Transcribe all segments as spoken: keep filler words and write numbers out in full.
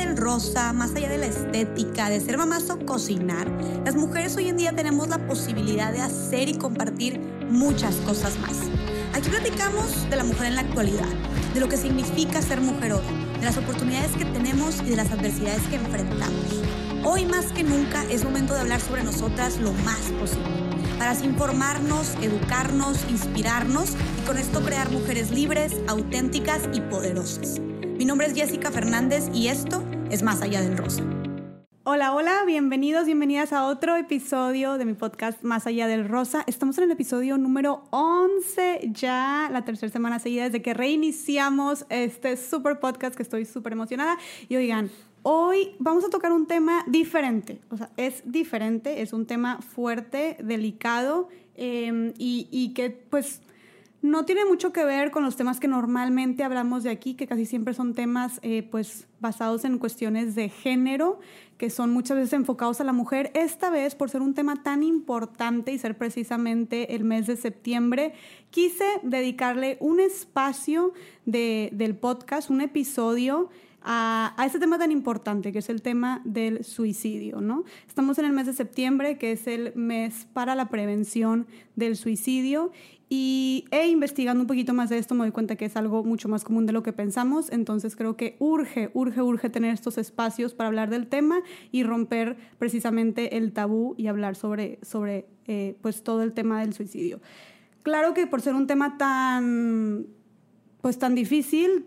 del rosa, más allá de la estética, de ser mamás o cocinar, las mujeres hoy en día tenemos la posibilidad de hacer y compartir muchas cosas más. Aquí platicamos de la mujer en la actualidad, de lo que significa ser mujer hoy, de las oportunidades que tenemos y de las adversidades que enfrentamos. Hoy más que nunca es momento de hablar sobre nosotras lo más posible, para así informarnos, educarnos, inspirarnos y con esto crear mujeres libres, auténticas y poderosas. Mi nombre es Jessica Fernández y esto es Más Allá del Rosa. Hola, hola, bienvenidos, bienvenidas a otro episodio de mi podcast Más Allá del Rosa. Estamos en el episodio número once, ya la tercera semana seguida desde que reiniciamos este super podcast que estoy súper emocionada. Y oigan, hoy vamos a tocar un tema diferente, o sea, es diferente, es un tema fuerte, delicado eh, y, y que pues no tiene mucho que ver con los temas que normalmente hablamos de aquí, que casi siempre son temas eh, pues basados en cuestiones de género, que son muchas veces enfocados a la mujer. Esta vez, por ser un tema tan importante y ser precisamente el mes de septiembre, quise dedicarle un espacio de, del podcast, un episodio A, a este tema tan importante que es el tema del suicidio, ¿no? Estamos en el mes de septiembre, que es el mes para la prevención del suicidio, y e investigando un poquito más de esto me doy cuenta que es algo mucho más común de lo que pensamos. Entonces creo que urge, urge, urge tener estos espacios para hablar del tema y romper precisamente el tabú y hablar sobre, sobre eh, pues todo el tema del suicidio. Claro que por ser un tema tan, pues tan difícil,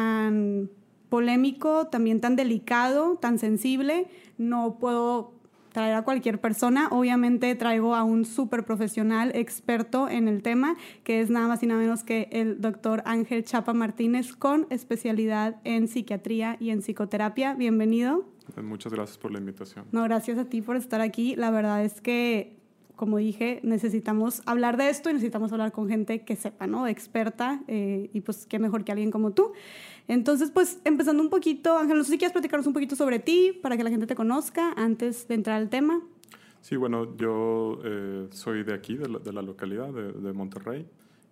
tan polémico, también tan delicado, tan sensible, no puedo traer a cualquier persona. Obviamente traigo a un súper profesional, experto en el tema, que es nada más y nada menos que el doctor Ángel Chapa Martínez, con especialidad en psiquiatría y en psicoterapia. Bienvenido. Muchas gracias por la invitación. No, gracias a ti por estar aquí. La verdad es que, como dije, necesitamos hablar de esto y necesitamos hablar con gente que sepa, ¿no? Experta, eh, y pues qué mejor que alguien como tú. Entonces, pues, empezando un poquito, Ángel, no sé si quieres platicarnos un poquito sobre ti para que la gente te conozca antes de entrar al tema. Sí, bueno, yo eh, soy de aquí, de la, de la localidad de, de Monterrey,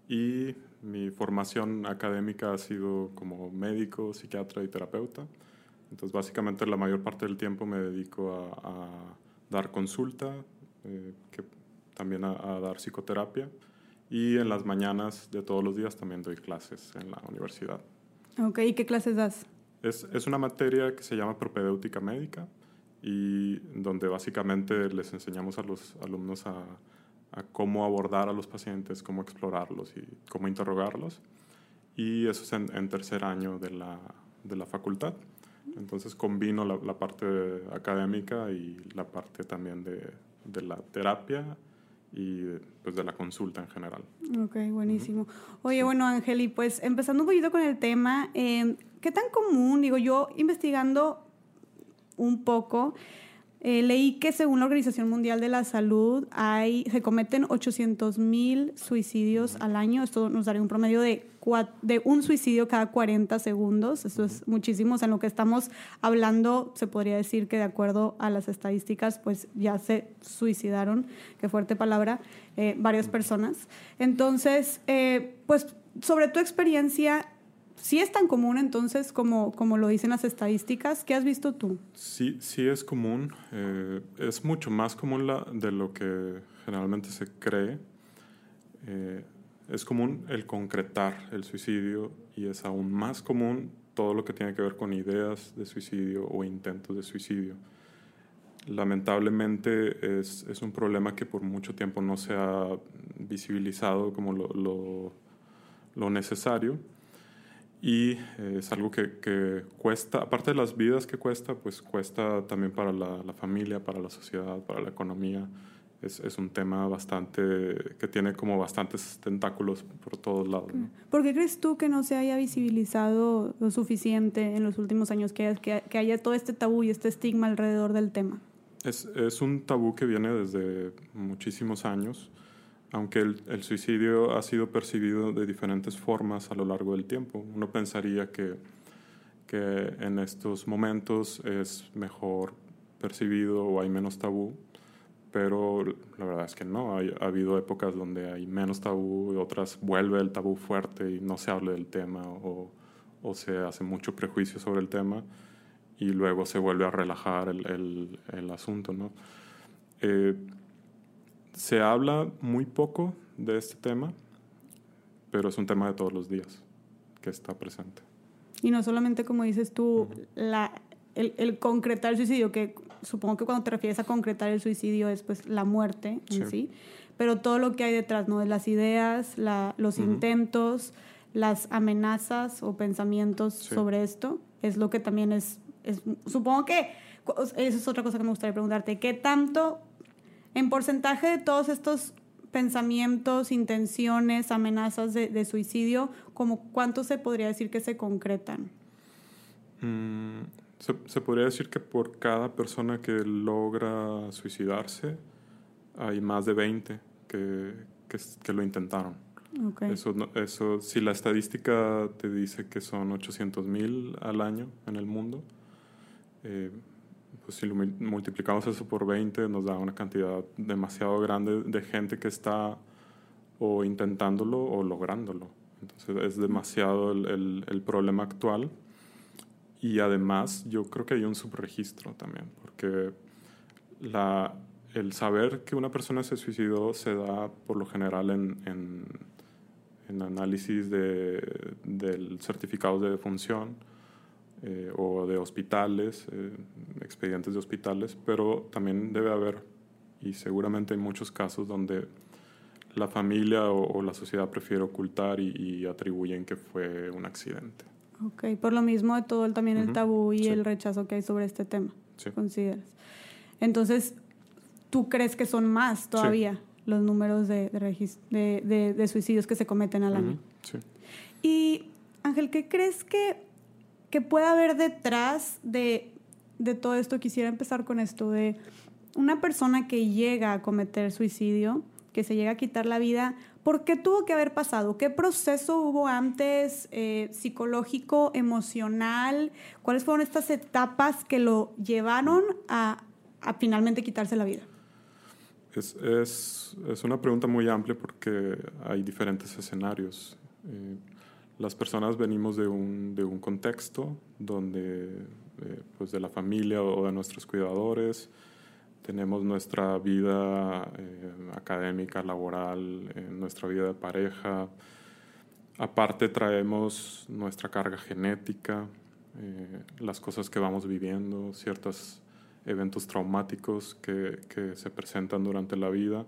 y mi formación académica ha sido como médico, psiquiatra y terapeuta. Entonces, básicamente, la mayor parte del tiempo me dedico a, a dar consulta, eh, que también a, a dar psicoterapia, y en las mañanas de todos los días también doy clases en la universidad. Ok, ¿y qué clases das? Es, es una materia que se llama propedéutica médica y donde básicamente les enseñamos a los alumnos a, a cómo abordar a los pacientes, cómo explorarlos y cómo interrogarlos. Y eso es en, en tercer año de la, de la facultad. Entonces combino la, la parte académica y la parte también de, de la terapia y pues de la consulta en general. Ok, buenísimo. Oye, sí. Bueno, Ángel, y pues empezando un poquito con el tema, eh, ¿qué tan común? Digo, yo investigando un poco, eh, leí que según la Organización Mundial de la Salud hay, se cometen ochocientos mil suicidios uh-huh. al año. Esto nos daría un promedio de, cuatro, de un suicidio cada cuarenta segundos. Esto uh-huh. es muchísimo. O sea, en lo que estamos hablando, se podría decir que de acuerdo a las estadísticas, pues ya se suicidaron, qué fuerte palabra, eh, varias uh-huh. personas. Entonces, eh, pues sobre tu experiencia, ¿sí es tan común entonces como, como lo dicen las estadísticas? ¿Qué has visto tú? Sí, sí es común. Eh, es mucho más común la, de lo que generalmente se cree. Eh, es común el concretar el suicidio y es aún más común todo lo que tiene que ver con ideas de suicidio o intentos de suicidio. Lamentablemente es, es un problema que por mucho tiempo no se ha visibilizado como lo, lo, lo necesario. Y eh, es algo que, que cuesta, aparte de las vidas que cuesta, pues cuesta también para la, la familia, para la sociedad, para la economía. Es, es un tema bastante, que tiene como bastantes tentáculos por todos lados, ¿no? ¿Por qué crees tú que no se haya visibilizado lo suficiente en los últimos años, que, que, que haya todo este tabú y este estigma alrededor del tema? Es, es un tabú que viene desde muchísimos años. Aunque el, el suicidio ha sido percibido de diferentes formas a lo largo del tiempo. Uno pensaría que, que en estos momentos es mejor percibido o hay menos tabú, pero la verdad es que no. Hay, ha habido épocas donde hay menos tabú y otras vuelve el tabú fuerte y no se habla del tema o, o se hace mucho prejuicio sobre el tema. y luego se vuelve a relajar el, el, el asunto, ¿no? Eh, se habla muy poco de este tema, pero es un tema de todos los días que está presente. Y no solamente, como dices tú, Uh-huh. la, el, el concretar el suicidio, que supongo que cuando te refieres a concretar el suicidio es pues la muerte en sí, Sí. pero todo lo que hay detrás, ¿no? De las ideas, la, los Uh-huh. intentos, las amenazas o pensamientos Sí. sobre esto, es lo que también es, es... Supongo que eso es otra cosa que me gustaría preguntarte. ¿Qué tanto, en porcentaje de todos estos pensamientos, intenciones, amenazas de, de suicidio, como cuánto se podría decir que se concretan? Mm, se, se podría decir que por cada persona que logra suicidarse hay más de veinte que, que, que lo intentaron. Okay. Eso, no- eso, si la estadística te dice que son ochocientos mil al año en el mundo, eh, pues si lo mul- multiplicamos eso por veinte nos da una cantidad demasiado grande de gente que está o intentándolo o lográndolo. Entonces es demasiado el, el, el problema actual. Y además yo creo que hay un subregistro también, porque la, el saber que una persona se suicidó se da por lo general en, en, en análisis de, del certificado de defunción eh, o de hospitales, eh, expedientes de hospitales, pero también debe haber, y seguramente hay muchos casos donde la familia o, o la sociedad prefiere ocultar y, y atribuyen que fue un accidente. Ok, por lo mismo de todo el, también el Uh-huh. tabú y Sí. el rechazo que hay sobre este tema, Sí. consideras. Entonces, ¿tú crees que son más todavía Sí. los números de, de, regis- de, de, de suicidios que se cometen al Uh-huh. año? Sí. Y, Ángel, ¿qué crees que, que puede haber detrás de, de todo esto? Quisiera empezar con esto, de una persona que llega a cometer suicidio, que se llega a quitar la vida. ¿Por qué tuvo que haber pasado? ¿Qué proceso hubo antes, eh, psicológico, emocional? ¿Cuáles fueron estas etapas que lo llevaron a, a finalmente quitarse la vida? Es, es, es una pregunta muy amplia porque hay diferentes escenarios. Eh, las personas venimos de un, de un contexto donde, eh, pues de la familia o de nuestros cuidadores, tenemos nuestra vida eh, académica, laboral, eh, nuestra vida de pareja. Aparte traemos nuestra carga genética, eh, las cosas que vamos viviendo, ciertos eventos traumáticos que, que se presentan durante la vida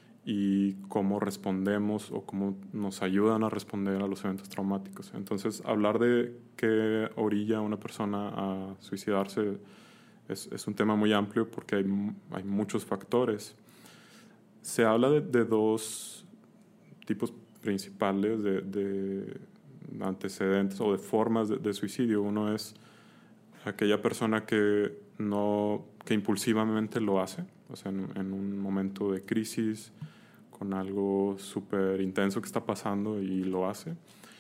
y cómo respondemos o cómo nos ayudan a responder a los eventos traumáticos. Entonces, hablar de qué orilla a una persona a suicidarse es, es un tema muy amplio porque hay, hay muchos factores. Se habla de, de dos tipos principales de, de antecedentes o de formas de, de suicidio. Uno es aquella persona que, no, que impulsivamente lo hace, o sea, en, en un momento de crisis, con algo súper intenso que está pasando y lo hace.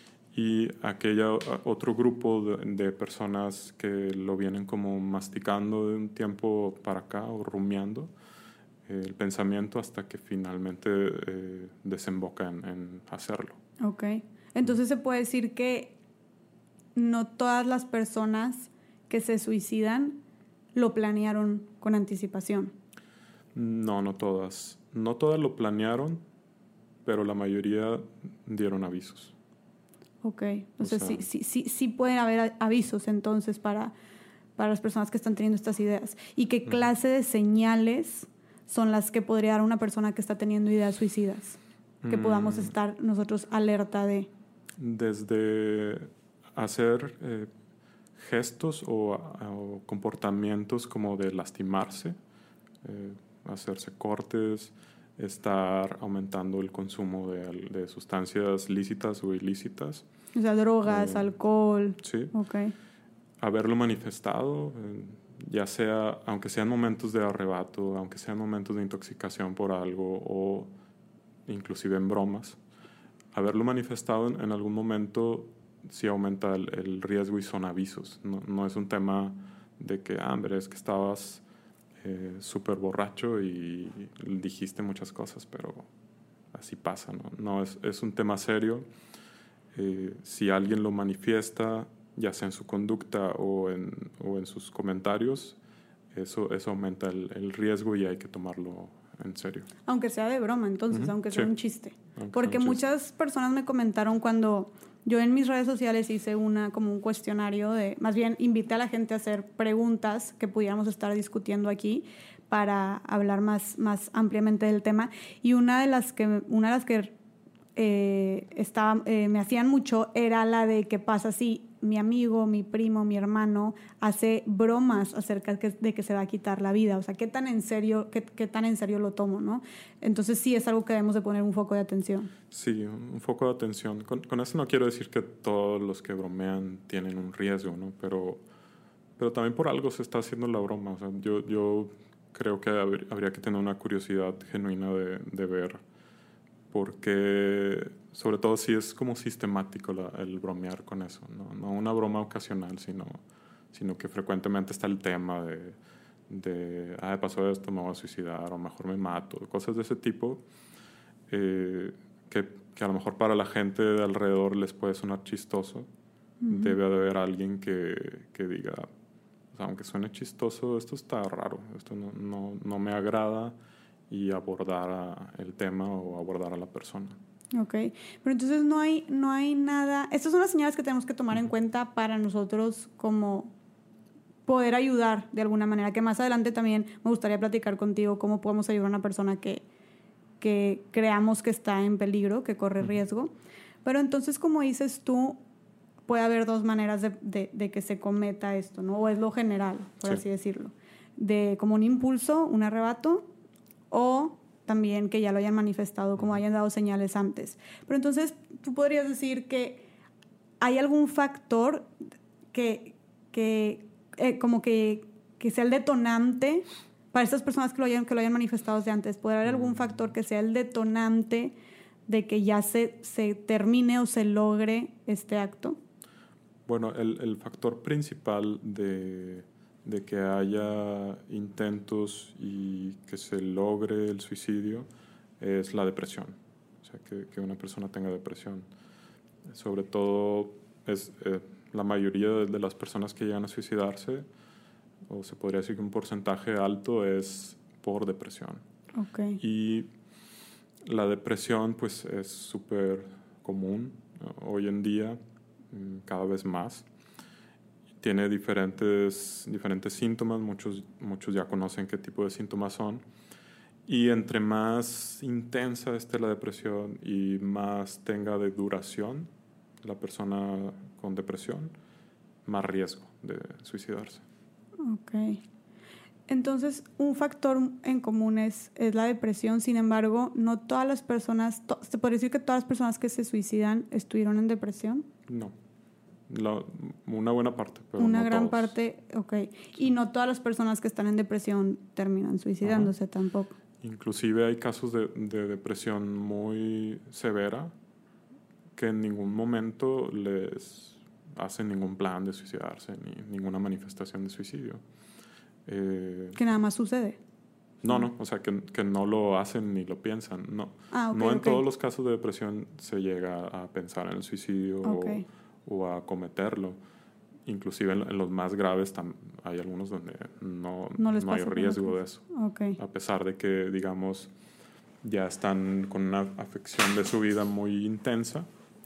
Y aquella otro grupo de, de personas que lo vienen como masticando de un tiempo para acá o rumiando eh, el pensamiento hasta que finalmente eh, desemboca en, en hacerlo. Ok. Entonces se puede decir que no todas las personas que se suicidan lo planearon con anticipación. No, no todas. No todas lo planearon, pero la mayoría dieron avisos. Ok, o, O sea, sea, sí, sí, sí, sí pueden haber avisos entonces para, para las personas que están teniendo estas ideas. ¿Y qué clase de señales son las que podría dar una persona que está teniendo ideas suicidas? Que Mm. podamos estar nosotros alerta de... Desde hacer eh, gestos o, o comportamientos como de lastimarse, eh, hacerse cortes, estar aumentando el consumo de, de sustancias lícitas o ilícitas. O sea, drogas, Eh, alcohol. Sí. Ok. Haberlo manifestado, eh, ya sea, aunque sean momentos de arrebato, aunque sean momentos de intoxicación por algo o inclusive en bromas, haberlo manifestado en, en algún momento sí aumenta el, el riesgo y son avisos. No, no es un tema de que, ah, hombre, es que estabas eh, súper borracho y dijiste muchas cosas, pero así pasa, ¿no? No, es, es un tema serio. Eh, si alguien lo manifiesta, ya sea en su conducta o en, o en sus comentarios, eso, eso aumenta el, el riesgo y hay que tomarlo en serio. Aunque sea de broma, entonces, uh-huh. aunque sea sí. un chiste. Aunque Porque un muchas chiste. personas me comentaron cuando yo en mis redes sociales hice una como un cuestionario de, más bien invité a la gente a hacer preguntas que pudiéramos estar discutiendo aquí para hablar más, más ampliamente del tema. Y una de las que, una de las que eh, estaba, eh, me hacían mucho era la de qué pasa si mi amigo, mi primo, mi hermano hace bromas acerca de que se va a quitar la vida. O sea, qué tan en serio, qué, qué tan en serio lo tomo, ¿no? Entonces sí es algo que debemos de poner un foco de atención. Sí, un foco de atención. Con, con eso no quiero decir que todos los que bromean tienen un riesgo, ¿no? Pero, pero también por algo se está haciendo la broma. O sea, yo, yo creo que habría, habría que tener una curiosidad genuina de, de ver, porque sobre todo si es como sistemático la, el bromear con eso, ¿no? No una broma ocasional, sino, sino que frecuentemente está el tema de, de ah, pasó esto, me voy a suicidar, o mejor me mato, cosas de ese tipo, eh, que, que a lo mejor para la gente de alrededor les puede sonar chistoso. Uh-huh. Debe de haber alguien que, que diga, o sea, aunque suene chistoso, esto está raro, esto no, no, no me agrada, y abordar a el tema o abordar a la persona. Ok, pero entonces no hay, no hay nada... Estas son las señales que tenemos que tomar en cuenta para nosotros como poder ayudar de alguna manera, que más adelante también me gustaría platicar contigo cómo podemos ayudar a una persona que, que creamos que está en peligro, que corre riesgo. Pero entonces, como dices tú, puede haber dos maneras de, de, de que se cometa esto, ¿no? O es lo general, por sí. así decirlo. De como un impulso, un arrebato, o también que ya lo hayan manifestado, como hayan dado señales antes. Pero entonces, tú podrías decir que hay algún factor que, que eh, como que, que sea el detonante para estas personas que lo hayan, que lo hayan manifestado desde antes. ¿Podría haber algún factor que sea el detonante de que ya se, se termine o se logre este acto? Bueno, el, el factor principal de... de que haya intentos y que se logre el suicidio es la depresión, o sea, que, que una persona tenga depresión. Sobre todo, es, eh, la mayoría de, de las personas que llegan a suicidarse, o se podría decir que un porcentaje alto es por depresión. Okay. Y la depresión pues es súper común, ¿no? Hoy en día, cada vez más. Tiene diferentes, diferentes síntomas, muchos, muchos ya conocen qué tipo de síntomas son. Y entre más intensa esté la depresión y más tenga de duración la persona con depresión, más riesgo de suicidarse. Ok. Entonces, un factor en común es, es la depresión. Sin embargo, no todas las personas, to- ¿se puede decir que todas las personas que se suicidan estuvieron en depresión? No. La, una buena parte, pero una no gran todos. parte, ok. Sí. Y no todas las personas que están en depresión terminan suicidándose. Ajá. Tampoco. Inclusive hay casos de, de depresión muy severa que en ningún momento les hacen ningún plan de suicidarse ni ninguna manifestación de suicidio. Eh, que nada más sucede. No, no, o sea, que, que no lo hacen ni lo piensan. No, ah, okay, no en okay. todos los casos de depresión se llega a pensar en el suicidio okay. o, o a cometerlo. Inclusive en, en los más graves tam, hay algunos donde no, no, no hay riesgo de eso. Okay. A pesar de que, digamos, ya están con una afección de su vida muy intensa,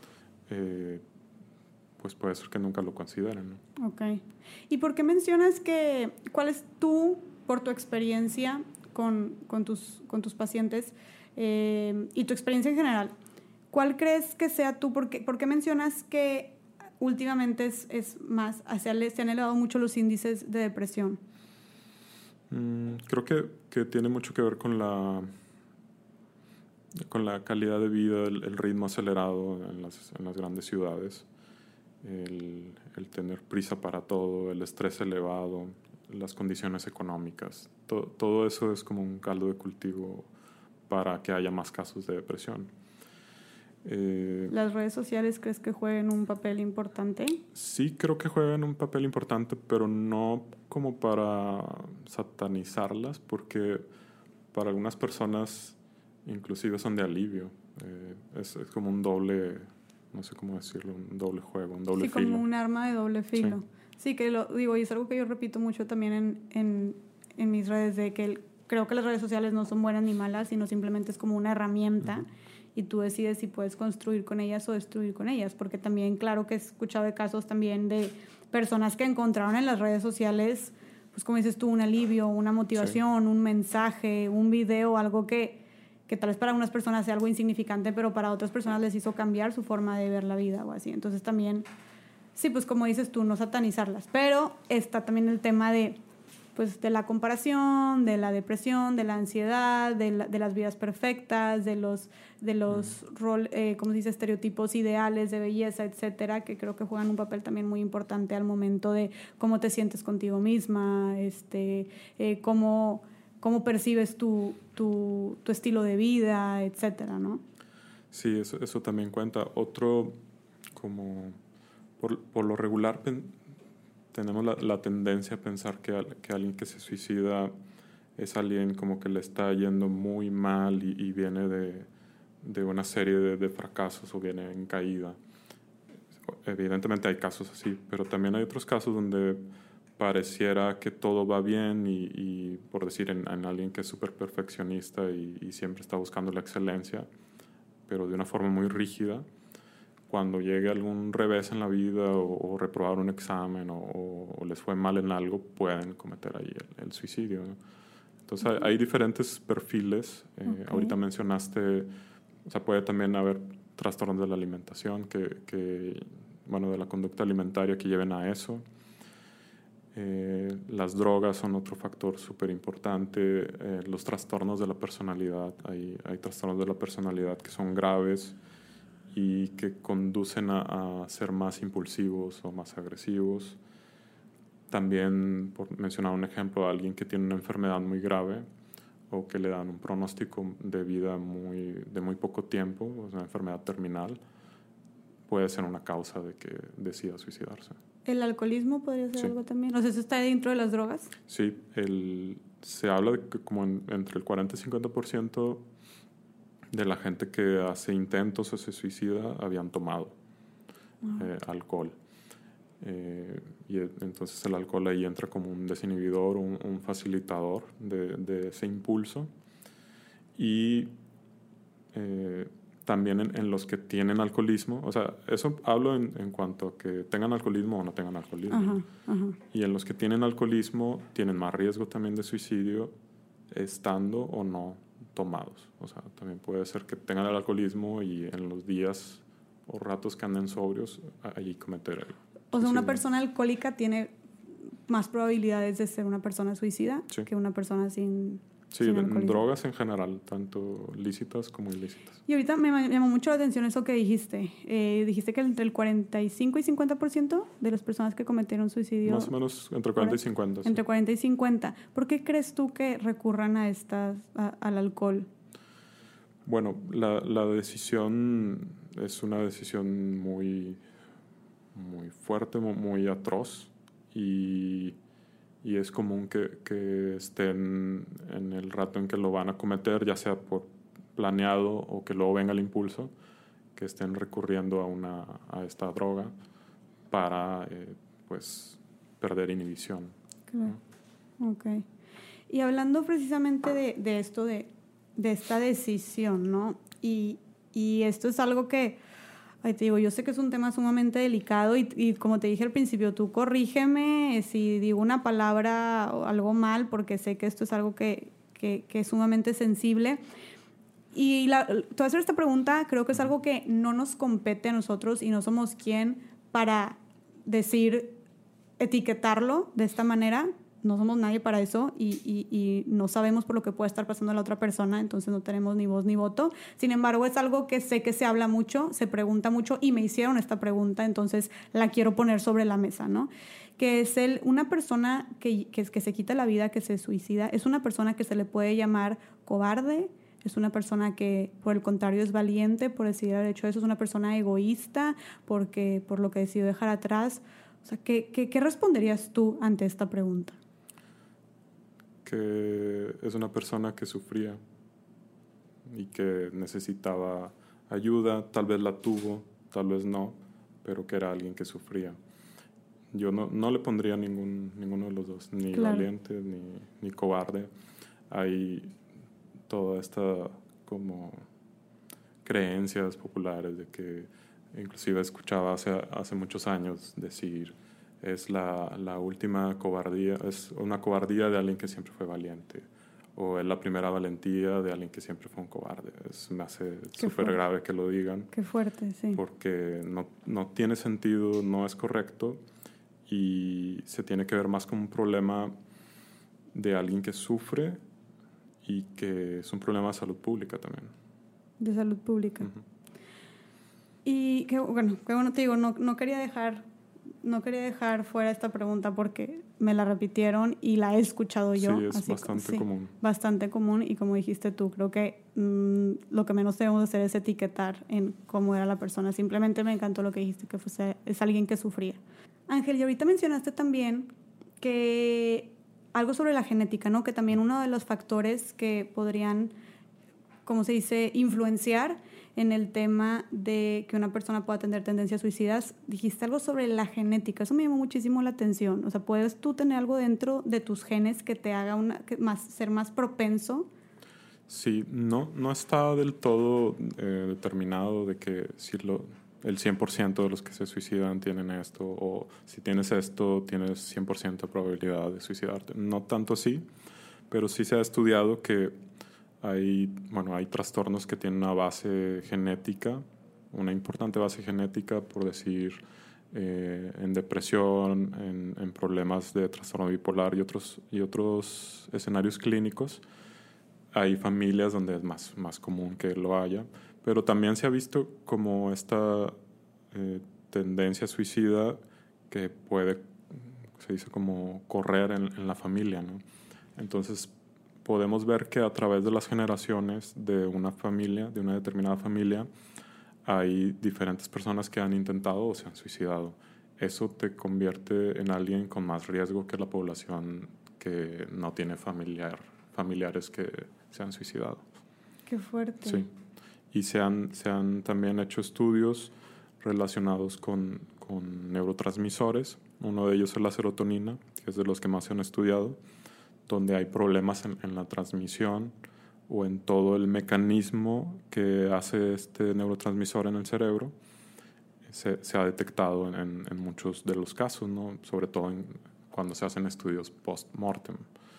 eh, pues puede ser que nunca lo consideren, ¿no? Ok. ¿Y por qué mencionas que, cuál es tú, por tu experiencia con, con, tus, con tus pacientes eh, y tu experiencia en general, cuál crees que sea tú? ¿Por qué, por qué mencionas que últimamente es, es más, se han elevado mucho los índices de depresión? Mm, creo que, que tiene mucho que ver con la, con la calidad de vida, el, el ritmo acelerado en las, en las grandes ciudades. El, el tener prisa para todo, el estrés elevado, las condiciones económicas. To, todo eso es como un caldo de cultivo para que haya más casos de depresión. Eh, ¿Las redes sociales crees que jueguen un papel importante? Sí, creo que juegan un papel importante, pero no como para satanizarlas, porque para algunas personas inclusive son de alivio. Eh, es, es como un doble... no sé cómo decirlo, un doble juego, un doble sí, filo. Sí, como un arma de doble filo. Sí, sí que lo digo, y es algo que yo repito mucho también en, en, en mis redes, de que el, creo que las redes sociales no son buenas ni malas, sino simplemente es como una herramienta uh-huh. y tú decides si puedes construir con ellas o destruir con ellas, porque también, claro que he escuchado de casos también de personas que encontraron en las redes sociales, pues como dices tú, un alivio, una motivación, sí. un mensaje, un video, algo que, que tal vez para unas personas sea algo insignificante, pero para otras personas les hizo cambiar su forma de ver la vida o así. Entonces también, sí, pues como dices tú, no satanizarlas, pero está también el tema de pues de la comparación, de la depresión, de la ansiedad, de, la, de las vidas perfectas, de los, de los mm. rol, eh, ¿cómo se dice? estereotipos ideales de belleza, etcétera, que creo que juegan un papel también muy importante al momento de cómo te sientes contigo misma, este, eh, cómo, cómo percibes tu, tu, tu estilo de vida, etcétera, ¿no? Sí, eso, eso también cuenta. Otro, como por, por lo regular, tenemos la, la tendencia a pensar que, al, que alguien que se suicida es alguien como que le está yendo muy mal y, y viene de, de una serie de, de fracasos o viene en caída. Evidentemente hay casos así, pero también hay otros casos donde pareciera que todo va bien y, y por decir, en, en alguien que es súper perfeccionista y, y siempre está buscando la excelencia, pero de una forma muy rígida. Cuando llegue algún revés en la vida o, o reprobar un examen o, o les fue mal en algo, pueden cometer ahí el, el suicidio, ¿no? Entonces uh-huh. hay, hay diferentes perfiles. Eh, okay. Ahorita mencionaste, o sea, puede también haber trastornos de la alimentación, que, que, bueno, de la conducta alimentaria que lleven a eso. Eh, las drogas son otro factor súper importante. Eh, los trastornos de la personalidad, hay, hay trastornos de la personalidad que son graves y que conducen a, a ser más impulsivos o más agresivos. También, por mencionar un ejemplo, alguien que tiene una enfermedad muy grave o que le dan un pronóstico de vida muy, de muy poco tiempo, o sea, una enfermedad terminal, puede ser una causa de que decida suicidarse. ¿El alcoholismo podría ser sí. algo también? O sea, ¿eso está dentro de las drogas? Sí, el, se habla de que como en, entre el cuarenta y cincuenta por ciento de la gente que hace intentos o se suicida habían tomado uh-huh. eh, alcohol. Eh, y entonces el alcohol ahí entra como un desinhibidor, un, un facilitador de, de ese impulso. Y eh, también en, en los que tienen alcoholismo, o sea, eso hablo en, en cuanto a que tengan alcoholismo o no tengan alcoholismo. Uh-huh. Uh-huh. Y en los que tienen alcoholismo tienen más riesgo también de suicidio estando o no tomados. O sea, también puede ser que tengan el alcoholismo y en los días o ratos que anden sobrios, allí cometer el O sea, una persona alcohólica tiene más probabilidades de ser una persona suicida sí. que una persona sin Sí, sin de, alcoholismo. Drogas en general, tanto lícitas como ilícitas. Y ahorita me llamó mucho la atención eso que dijiste. Eh, dijiste que entre el cuarenta y cinco y cincuenta por ciento de las personas que cometieron suicidio... Más o menos entre cuarenta y cincuenta. Entre sí. cuarenta y cincuenta. ¿Por qué crees tú que recurran a estas, a, al alcohol? Bueno, la, la decisión es una decisión muy, muy fuerte, muy atroz y... y es común que, que estén en el rato en que lo van a cometer, ya sea por planeado o que luego venga el impulso, que estén recurriendo a, una, a esta droga para eh, pues, perder inhibición. Claro. ¿No? Ok. Y hablando precisamente de, de esto, de, de esta decisión, ¿no? Y, y esto es algo que... Ay, te digo, yo sé que es un tema sumamente delicado y, y como te dije al principio, tú corrígeme si digo una palabra o algo mal, porque sé que esto es algo que, que, que es sumamente sensible. Y la, te voy a hacer esta pregunta, creo que es algo que no nos compete a nosotros y no somos quien para decir, etiquetarlo de esta manera. No somos nadie para eso y, y, y no sabemos por lo que puede estar pasando a la otra persona, entonces no tenemos ni voz ni voto. Sin embargo, es algo que sé que se habla mucho, se pregunta mucho y me hicieron esta pregunta, entonces la quiero poner sobre la mesa, ¿no? Que es el, una persona que, que, que se quita la vida, que se suicida, es una persona que se le puede llamar cobarde, es una persona que, por el contrario, es valiente por decidir haber hecho eso, es una persona egoísta porque, por lo que decidió dejar atrás. O sea, ¿qué, qué, qué responderías tú ante esta pregunta? Que es una persona que sufría y que necesitaba ayuda, tal vez la tuvo tal vez no, pero que era alguien que sufría. Yo no, no le pondría ningún, ninguno de los dos, ni claro. valiente ni, ni cobarde. Hay toda esta como creencias populares de que inclusive escuchaba hace, hace muchos años decir es la, la última cobardía, es una cobardía de alguien que siempre fue valiente, o es la primera valentía de alguien que siempre fue un cobarde. Es, me hace súper grave que lo digan. Qué fuerte, sí. Porque no, no tiene sentido, no es correcto, y se tiene que ver más como un problema de alguien que sufre y que es un problema de salud pública también. De salud pública. Uh-huh. Y qué bueno, qué bueno te digo, no, no quería dejar no quería dejar fuera esta pregunta porque me la repitieron y la he escuchado yo. Sí, es así, bastante sí, común. Bastante común, y como dijiste tú, creo que mmm, lo que menos debemos hacer es etiquetar en cómo era la persona. Simplemente me encantó lo que dijiste, que fuese, es alguien que sufría. Ángel, y ahorita mencionaste también que algo sobre la genética, ¿no? Que también uno de los factores que podrían, ¿cómo se dice?, influenciar en el tema de que una persona pueda tener tendencias suicidas. Dijiste algo sobre la genética. Eso me llamó muchísimo la atención. O sea, ¿puedes tú tener algo dentro de tus genes que te haga una, que más, ser más propenso? Sí, no, no está del todo eh, determinado de que si lo, el cien por ciento de los que se suicidan tienen esto, o si tienes esto, tienes cien por ciento de probabilidad de suicidarte. No tanto así, pero sí se ha estudiado que Hay, bueno, hay trastornos que tienen una base genética, una importante base genética, por decir, eh, en depresión, en, en problemas de trastorno bipolar y otros, y otros escenarios clínicos. Hay familias donde es más, más común que lo haya, pero también se ha visto como esta eh, tendencia suicida que puede, se dice, como correr en, en la familia, ¿no? Entonces, podemos ver que a través de las generaciones de una familia, de una determinada familia, hay diferentes personas que han intentado o se han suicidado. Eso te convierte en alguien con más riesgo que la población que no tiene familiar, familiares que se han suicidado. Qué fuerte. Sí. Y se han, se han también hecho estudios relacionados con, con neurotransmisores. Uno de ellos es la serotonina, que es de los que más se han estudiado, donde hay problemas en, en la transmisión o en todo el mecanismo que hace este neurotransmisor en el cerebro. Se, se ha detectado en, en muchos de los casos, ¿no? Sobre todo en, cuando se hacen estudios post-mortem.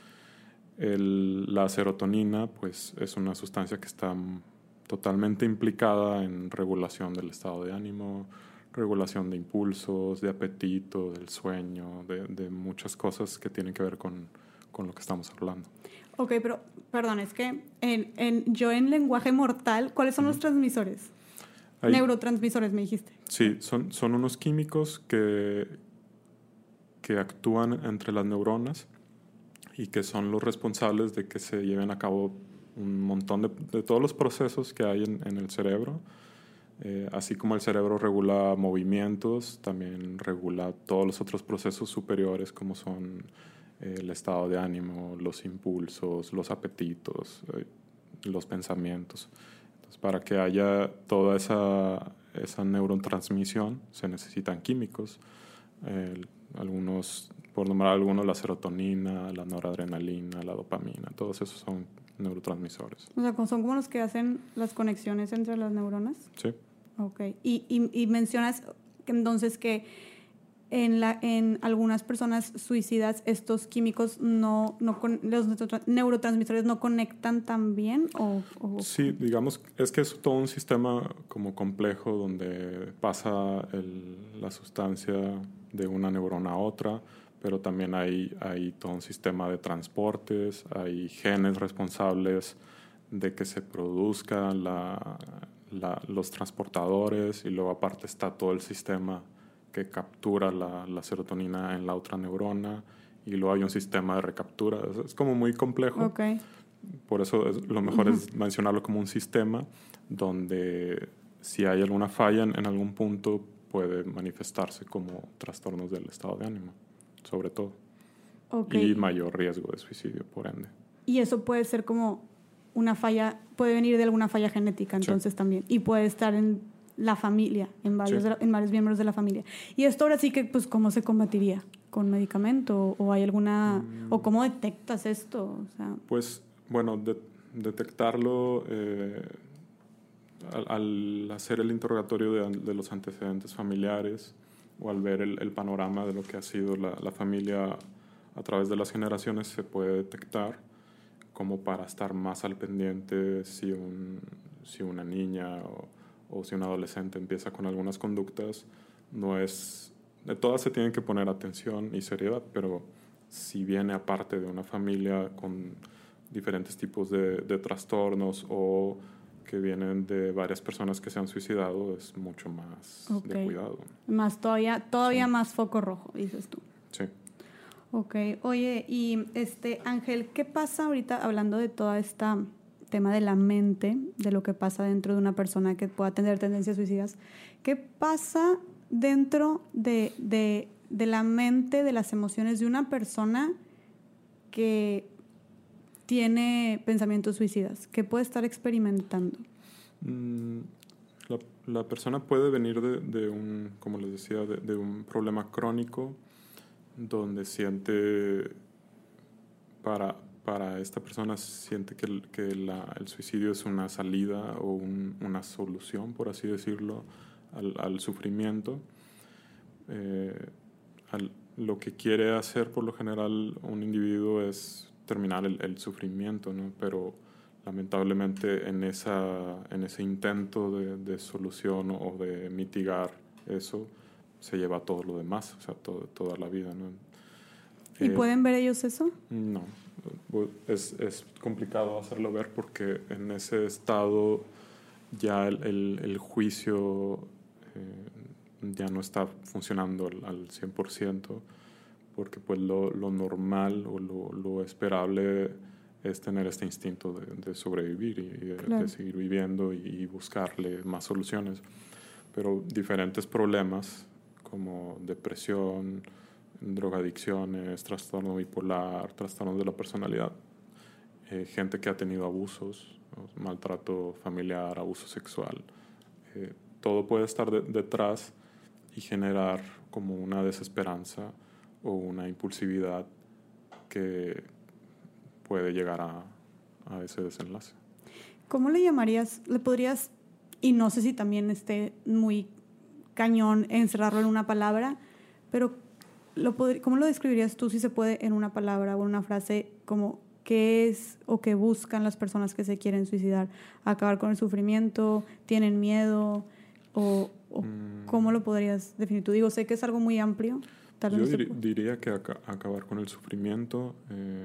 El, la serotonina, pues, es una sustancia que está totalmente implicada en regulación del estado de ánimo, regulación de impulsos, de apetito, del sueño, de, de muchas cosas que tienen que ver con con lo que estamos hablando. Ok, pero, perdón, es que en, en, yo en lenguaje mortal, ¿cuáles son uh-huh. los transmisores? Hay, neurotransmisores, me dijiste. Sí, son, son unos químicos que, que actúan entre las neuronas y que son los responsables de que se lleven a cabo un montón de, de todos los procesos que hay en, en el cerebro. Eh, así como el cerebro regula movimientos, también regula todos los otros procesos superiores, como son el estado de ánimo, los impulsos, los apetitos, eh, los pensamientos. Entonces, para que haya toda esa, esa neurotransmisión se necesitan químicos. Eh, algunos, por nombrar algunos, la serotonina, la noradrenalina, la dopamina, todos esos son neurotransmisores. O sea, ¿son como los que hacen las conexiones entre las neuronas? Sí. Ok. Y, y, y mencionas que entonces que En, la, en algunas personas suicidas estos químicos no, no con, los neurotransmisores no conectan tan bien o, o sí, digamos, es que es todo un sistema como complejo donde pasa el, la sustancia de una neurona a otra, pero también hay, hay todo un sistema de transportes, hay genes responsables de que se produzcan la, la, los transportadores, y luego aparte está todo el sistema que captura la, la serotonina en la otra neurona, y luego hay un sistema de recaptura. Es, es como muy complejo. Okay. Por eso es, lo mejor uh-huh. es mencionarlo como un sistema donde si hay alguna falla en, en algún punto puede manifestarse como trastornos del estado de ánimo, sobre todo. Okay. Y mayor riesgo de suicidio, por ende. Y eso puede ser como una falla, puede venir de alguna falla genética entonces sí. también, y puede estar en la familia, en varios, Sí. de la- en varios miembros de la familia. Y esto ahora sí que, pues, ¿cómo se combatiría? ¿Con medicamento? ¿O hay alguna... Mm. o cómo detectas esto? O sea, Pues, bueno, de- detectarlo eh, al, al hacer el interrogatorio de, de los antecedentes familiares o al ver el, el panorama de lo que ha sido la, la familia a través de las generaciones, se puede detectar como para estar más al pendiente si, un, si una niña o, o si un adolescente empieza con algunas conductas. No es... De todas se tienen que poner atención y seriedad, pero si viene aparte de una familia con diferentes tipos de, de trastornos o que vienen de varias personas que se han suicidado, es mucho más Ok. de cuidado. más todavía, todavía Sí. más foco rojo, dices tú. Sí. Ok, oye, y este Ángel, ¿qué pasa ahorita hablando de todo este tema de la mente, de lo que pasa dentro de una persona que pueda tener tendencias suicidas? ¿Qué pasa dentro de, de, de la mente, de las emociones de una persona que tiene pensamientos suicidas? ¿Qué puede estar experimentando? Mm, La, la persona puede venir de, de un, como les decía, de, de un problema crónico donde siente, para, para esta persona siente que, el, que la, el suicidio es una salida o un, una solución, por así decirlo, al, al sufrimiento. Eh, al, lo que quiere hacer por lo general un individuo es terminar el, el sufrimiento, ¿no? Pero lamentablemente en, esa, en ese intento de, de solución o de mitigar eso, se lleva todo lo demás, o sea, todo, toda la vida, ¿no? ¿Y Eh, pueden ver ellos eso? No, es, es complicado hacerlo ver porque en ese estado ya el, el, el juicio eh, ya no está funcionando al, al cien por ciento, porque pues lo, lo normal o lo, lo esperable es tener este instinto de, de sobrevivir y de, Claro. de seguir viviendo y, y buscarle más soluciones. Pero diferentes problemas como depresión, drogadicciones, trastorno bipolar, trastornos de la personalidad, eh, gente que ha tenido abusos, ¿no? Maltrato familiar, abuso sexual, eh, todo puede estar de, detrás y generar como una desesperanza o una impulsividad que puede llegar a, a ese desenlace. ¿Cómo le llamarías? ¿Le podrías, y no sé si también esté muy cañón encerrarlo en una palabra, pero lo pod- ¿cómo lo describirías tú, si se puede, en una palabra o en una frase, como qué es o qué buscan las personas que se quieren suicidar? ¿Acabar con el sufrimiento? ¿Tienen miedo? ¿O, o Mm. cómo lo podrías definir tú? Digo, sé que es algo muy amplio. Tal vez Yo no se diri- puede. diría que aca- acabar con el sufrimiento, eh,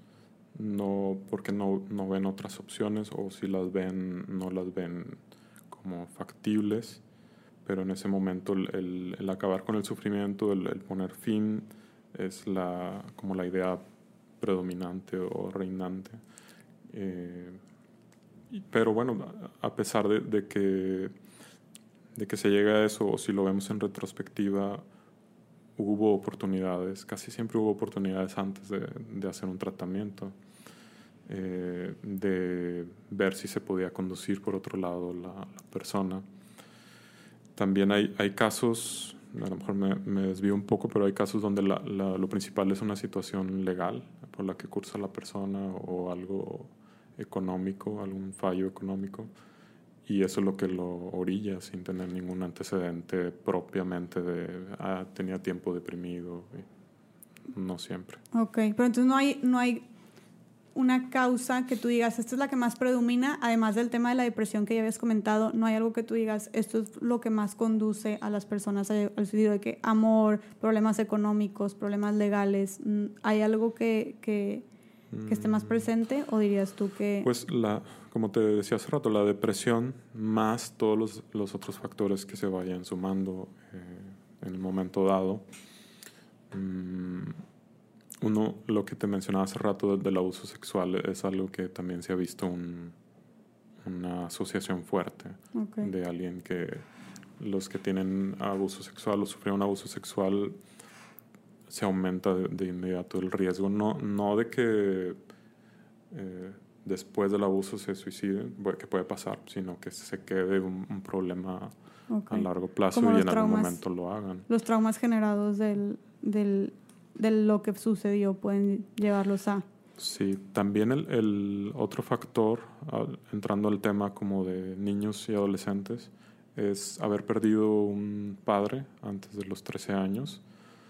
no, porque no, no ven otras opciones, o si las ven, no las ven como factibles, pero en ese momento el, el, el acabar con el sufrimiento, el, el poner fin, es la, como la idea predominante o reinante. Eh, y- pero bueno, a a pesar de, de que, de que se llega a eso, o si lo vemos en retrospectiva, hubo oportunidades, casi siempre hubo oportunidades antes de, de hacer un tratamiento, eh, de ver si se podía conducir por otro lado la, la persona. También hay, hay casos, a lo mejor me, me desvío un poco, pero hay casos donde la, la, lo principal es una situación legal por la que cursa la persona o algo económico, algún fallo económico, y eso es lo que lo orilla sin tener ningún antecedente propiamente de, ah, tenía tiempo deprimido. No siempre. Ok, pero entonces no hay, no hay una causa que tú digas, esta es la que más predomina, además del tema de la depresión que ya habías comentado, no hay algo que tú digas, esto es lo que más conduce a las personas al suicidio, de que amor, problemas económicos, problemas legales, ¿hay algo que, que, que esté más presente, o dirías tú que...? Pues, la, como te decía hace rato, la depresión más todos los, los otros factores que se vayan sumando eh, en el momento dado. Mm, Uno, lo que te mencionaba hace rato del abuso sexual, es algo que también se ha visto un, una asociación fuerte. Okay. De alguien que los que tienen abuso sexual o sufrieron abuso sexual, se aumenta de, de inmediato el riesgo. No, no de que eh, después del abuso se suiciden, que puede pasar, sino que se quede un, un problema okay. a largo plazo y en traumas, algún momento lo hagan. Los traumas generados del, del, de lo que sucedió pueden llevarlos a... Sí, también el, el otro factor, entrando al tema como de niños y adolescentes, es haber perdido un padre antes de los trece años.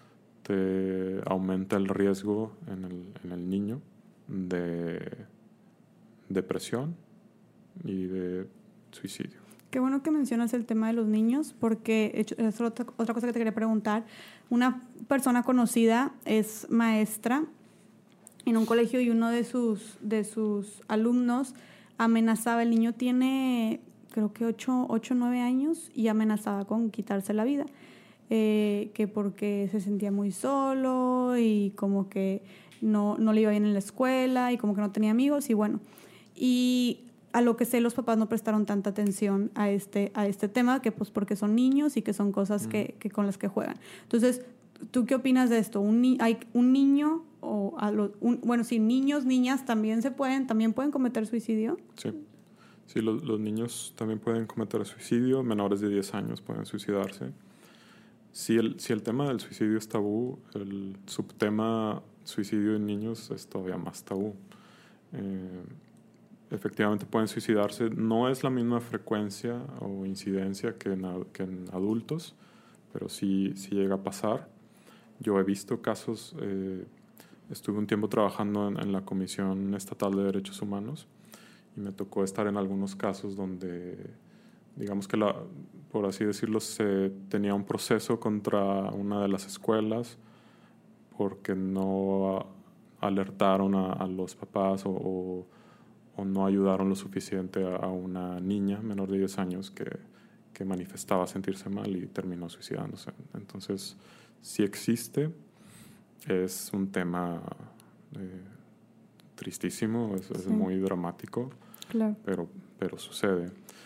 Te aumenta el riesgo en el, en el niño de depresión y de suicidio. Qué bueno que mencionas el tema de los niños, porque es otra, otra cosa que te quería preguntar. Una persona conocida es maestra en un colegio y uno de sus, de sus alumnos amenazaba, el niño tiene creo que ocho o nueve años y amenazaba con quitarse la vida, eh, que porque se sentía muy solo y como que no, no le iba bien en la escuela y como que no tenía amigos y bueno, y a lo que sé los papás no prestaron tanta atención a este, a este tema, que pues porque son niños y que son cosas mm. que, que con las que juegan. Entonces, ¿tú qué opinas de esto? ¿Un, ni- hay un niño o a los, un, bueno, sí, niños, niñas también se pueden, también pueden cometer suicidio? Sí, sí los, los niños también pueden cometer suicidio, menores de diez años pueden suicidarse. Si el, si el tema del suicidio es tabú, el subtema suicidio en niños es todavía más tabú. Eh, efectivamente pueden suicidarse, no es la misma frecuencia o incidencia que en, que en adultos, pero sí, sí llega a pasar. Yo he visto casos, eh, estuve un tiempo trabajando en, en la Comisión Estatal de Derechos Humanos y me tocó estar en algunos casos donde, digamos que, la, por así decirlo, se tenía un proceso contra una de las escuelas porque no alertaron a, a los papás o, o, o no ayudaron lo suficiente a, a una niña menor de diez años que, que manifestaba sentirse mal y terminó suicidándose. Entonces, si existe, es un tema eh, tristísimo, es, sí. es muy dramático, claro. pero, pero sucede.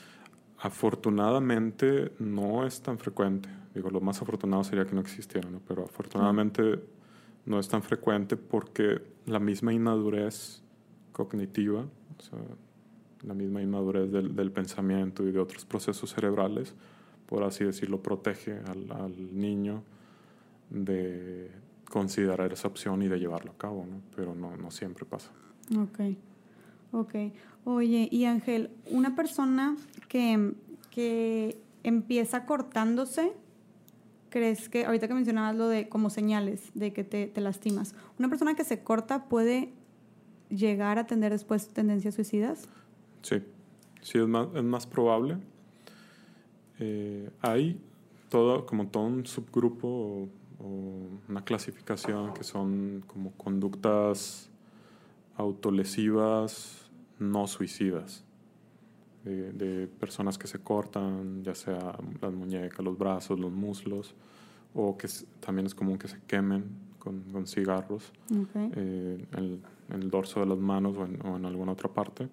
Afortunadamente no es tan frecuente. Digo, lo más afortunado sería que no existiera, ¿no? Pero afortunadamente mm. no es tan frecuente porque la misma inmadurez cognitiva, o sea, la misma inmadurez del, del pensamiento y de otros procesos cerebrales, por así decirlo, protege al, al niño de considerar esa opción y de llevarlo a cabo, ¿no? Pero no, no siempre pasa. Ok, ok. Oye, y Ángel, una persona que, que empieza cortándose, ¿crees que, ahorita que mencionabas lo de como señales de que te, te lastimas, una persona que se corta puede llegar a tener después tendencias suicidas? Sí, sí es más, es más probable. Eh, hay todo, como todo un subgrupo o, o una clasificación que son como conductas autolesivas no suicidas, de, de personas que se cortan, ya sea las muñecas, los brazos, los muslos, o que también es común que se quemen con, con cigarros okay. eh, en, en el dorso de las manos o en, o en alguna otra parte.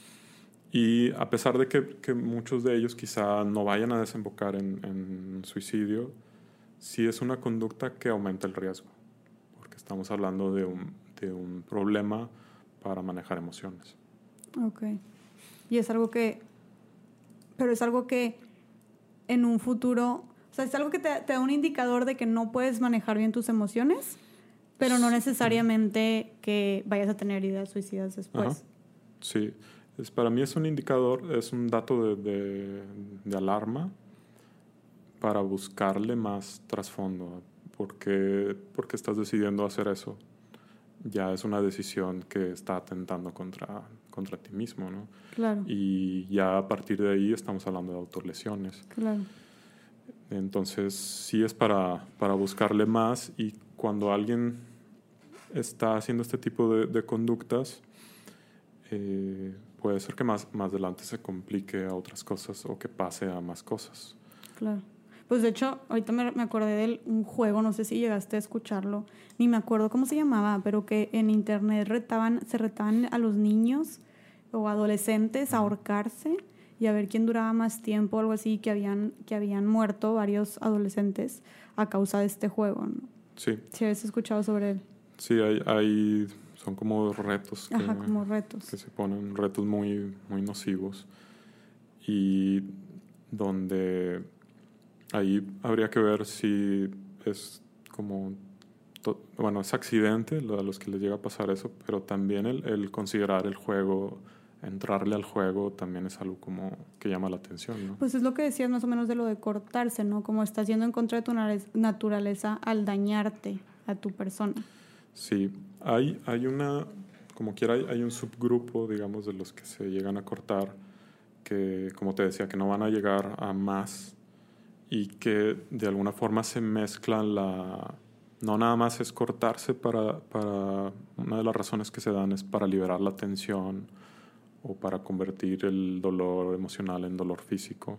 Y a pesar de que, que muchos de ellos quizá no vayan a desembocar en, en suicidio, sí es una conducta que aumenta el riesgo, porque estamos hablando de un, de un problema para manejar emociones. Ok. Y es algo que... Pero es algo que en un futuro... O sea, es algo que te, te da un indicador de que no puedes manejar bien tus emociones, pero no necesariamente que vayas a tener ideas suicidas después. Ajá. Sí. Es, para mí es un indicador, es un dato de, de, de alarma para buscarle más trasfondo. ¿Por qué, por qué estás decidiendo hacer eso? Ya es una decisión que está atentando contra, contra ti mismo, ¿no? Claro. Y ya a partir de ahí estamos hablando de autolesiones. Claro. Entonces, sí es para, para buscarle más, y cuando alguien está haciendo este tipo de, de conductas, eh, puede ser que más, más adelante se complique a otras cosas o que pase a más cosas. Claro. Pues de hecho, ahorita me, me acordé de un juego, no sé si llegaste a escucharlo, ni me acuerdo cómo se llamaba, pero que en internet retaban, se retaban a los niños o adolescentes a ahorcarse y a ver quién duraba más tiempo, algo así, que habían, que habían muerto varios adolescentes a causa de este juego, ¿no? Sí. ¿Sí habías escuchado sobre él? Sí, hay, hay son como retos que, Ajá, como retos. que se ponen, retos muy, muy nocivos, y donde ahí habría que ver si es como, to, bueno, es accidente a los que les llega a pasar eso, pero también el, el considerar el juego, entrarle al juego, también es algo como que llama la atención, ¿no? Pues es lo que decías más o menos de lo de cortarse, ¿no? Como estás yendo en contra de tu naturaleza al dañarte a tu persona. Sí, hay, hay una, como quiera, hay, hay un subgrupo, digamos, de los que se llegan a cortar, que, como te decía, que no van a llegar a más, y que de alguna forma se mezclan la... No nada más es cortarse para, para... Una de las razones que se dan es para liberar la tensión o para convertir el dolor emocional en dolor físico,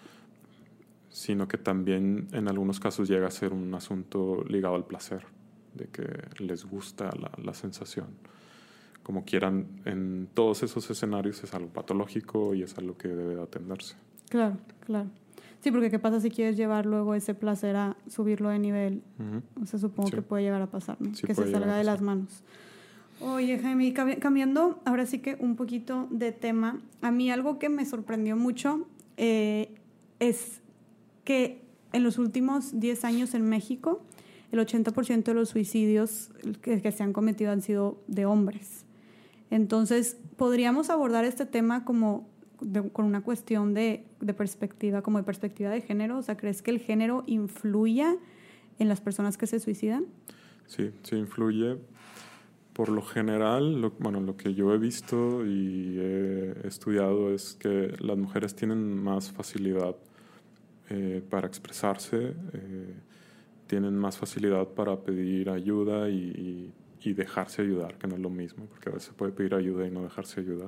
sino que también en algunos casos llega a ser un asunto ligado al placer, de que les gusta la, la sensación. Como quieran, en todos esos escenarios es algo patológico y es algo que debe de atenderse. Claro, claro. Sí, porque ¿qué pasa si quieres llevar luego ese placer a subirlo de nivel? Uh-huh. O sea, supongo sí. que puede llegar a pasar, ¿no? Sí, que se salga de las manos. Oye, Jaime, cambiando ahora sí que un poquito de tema, a mí algo que me sorprendió mucho eh, es que en los últimos diez años en México, el ochenta por ciento de los suicidios que, que se han cometido han sido de hombres. Entonces, podríamos abordar este tema como de, con una cuestión de, de perspectiva, como de perspectiva de género. O sea, ¿crees que el género influya en las personas que se suicidan? Sí, sí influye. Por lo general, lo, bueno, lo que yo he visto y he estudiado es que las mujeres tienen más facilidad eh, para expresarse, eh, tienen más facilidad para pedir ayuda y, y, y dejarse ayudar, que no es lo mismo, porque a veces se puede pedir ayuda y no dejarse ayudar.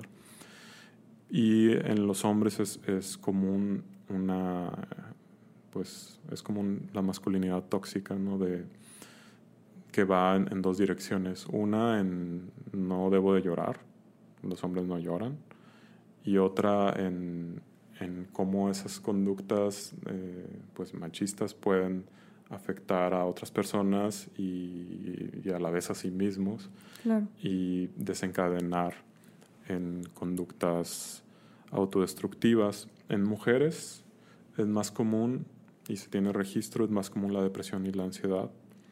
Y en los hombres es, es común una, pues, es común la masculinidad tóxica, ¿no? De, que va en, en dos direcciones. Una, en no debo de llorar, los hombres no lloran, y otra en, en cómo esas conductas eh, pues machistas pueden afectar a otras personas y, y a la vez a sí mismos. Claro. Y desencadenar en conductas autodestructivas. En mujeres es más común, y se tiene registro, es más común la depresión y la ansiedad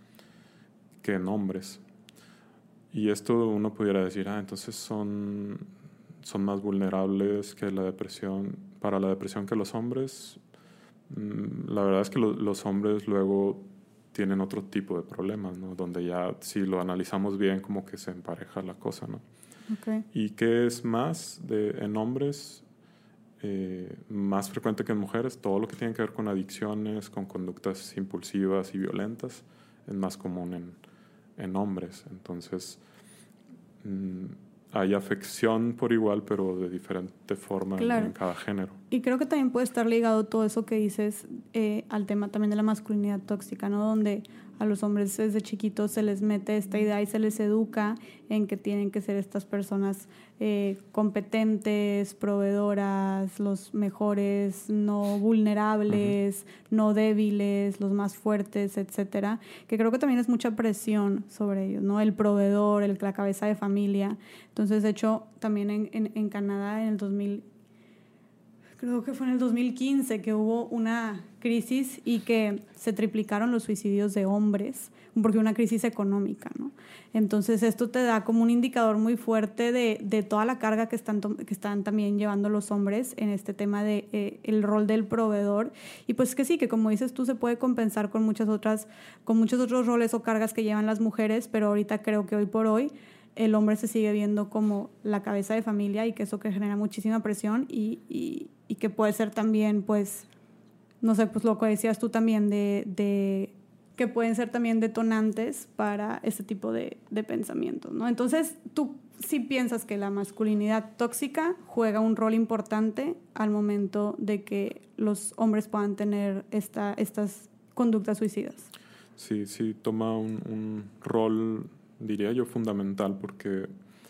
que en hombres. Y esto uno pudiera decir, ah, entonces son, son más vulnerables que la depresión, para la depresión que los hombres. La verdad es que lo, los hombres luego tienen otro tipo de problemas, ¿no? Donde ya, si lo analizamos bien, como que se empareja la cosa, ¿no? Okay. ¿Y qué es más de, en hombres? Eh, más frecuente que en mujeres, todo lo que tiene que ver con adicciones, con conductas impulsivas y violentas, es más común en, en hombres. Entonces, mmm, hay afección por igual, pero de diferente forma, claro, en, en cada género. Y creo que también puede estar ligado todo eso que dices eh, al tema también de la masculinidad tóxica, ¿no? Donde a los hombres desde chiquitos se les mete esta idea y se les educa en que tienen que ser estas personas eh, competentes, proveedoras, los mejores, no vulnerables, uh-huh. no débiles, los más fuertes, etcétera. Que creo que también es mucha presión sobre ellos, ¿no? El proveedor, el, la cabeza de familia. Entonces, de hecho, también en, en, en Canadá en el dos mil, creo que fue en el dos mil quince que hubo una crisis y que se triplicaron los suicidios de hombres, porque una crisis económica, ¿no? Entonces esto te da como un indicador muy fuerte de, de toda la carga que están, que están también llevando los hombres en este tema de eh, el rol del proveedor. Y pues que sí, que como dices tú, se puede compensar con muchas otras, con muchos otros roles o cargas que llevan las mujeres, pero ahorita creo que hoy por hoy el hombre se sigue viendo como la cabeza de familia y que eso que genera muchísima presión y, y, y que puede ser también, pues, no sé, pues lo que decías tú también de, de que pueden ser también detonantes para este tipo de, de pensamientos, ¿no? Entonces, tú sí piensas que la masculinidad tóxica juega un rol importante al momento de que los hombres puedan tener esta, estas conductas suicidas. Sí, sí, toma un, un rol, diría yo, fundamental, porque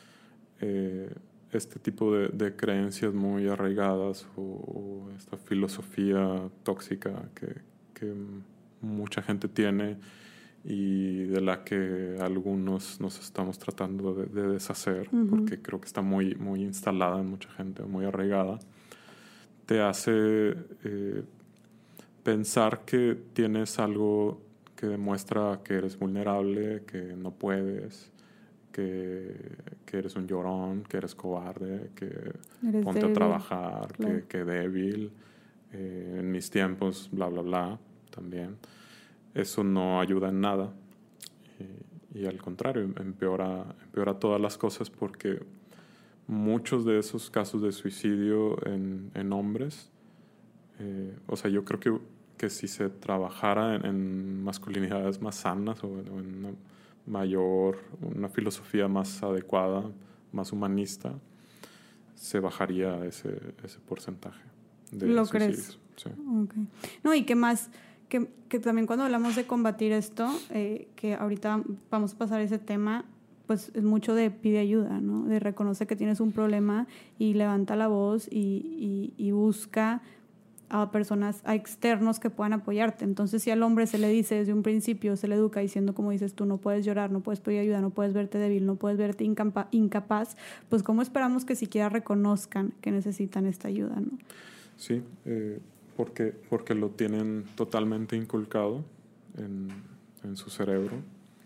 eh, este tipo de, de creencias muy arraigadas o, o esta filosofía tóxica que, que mucha gente tiene y de la que algunos nos estamos tratando de, de deshacer, uh-huh. porque creo que está muy, muy instalada en mucha gente, muy arraigada, te hace eh, pensar que tienes algo que demuestra que eres vulnerable, que no puedes, que, que eres un llorón, que eres cobarde, que eres ponte débil. a trabajar, Claro. que, que débil, eh, en mis tiempos, bla, bla, bla, también. Eso no ayuda en nada y, y al contrario, empeora, empeora todas las cosas porque muchos de esos casos de suicidio en, en hombres, eh, o sea, yo creo que, que si se trabajara en, en masculinidades más sanas o en, o en una mayor, una filosofía más adecuada, más humanista, se bajaría ese, ese porcentaje de ¿Lo suicidios. crees? Sí. Okay. No, y que más... Que, que también cuando hablamos de combatir esto, eh, que ahorita vamos a pasar ese tema, pues es mucho de pide ayuda, ¿no? De reconoce que tienes un problema y levanta la voz y, y, y busca a personas, a externos que puedan apoyarte. Entonces, si al hombre se le dice desde un principio, se le educa diciendo, como dices tú, no puedes llorar, no puedes pedir ayuda, no puedes verte débil, no puedes verte incapa- incapaz, pues ¿cómo esperamos que siquiera reconozcan que necesitan esta ayuda, ¿no? Sí, eh, porque, porque lo tienen totalmente inculcado en, en su cerebro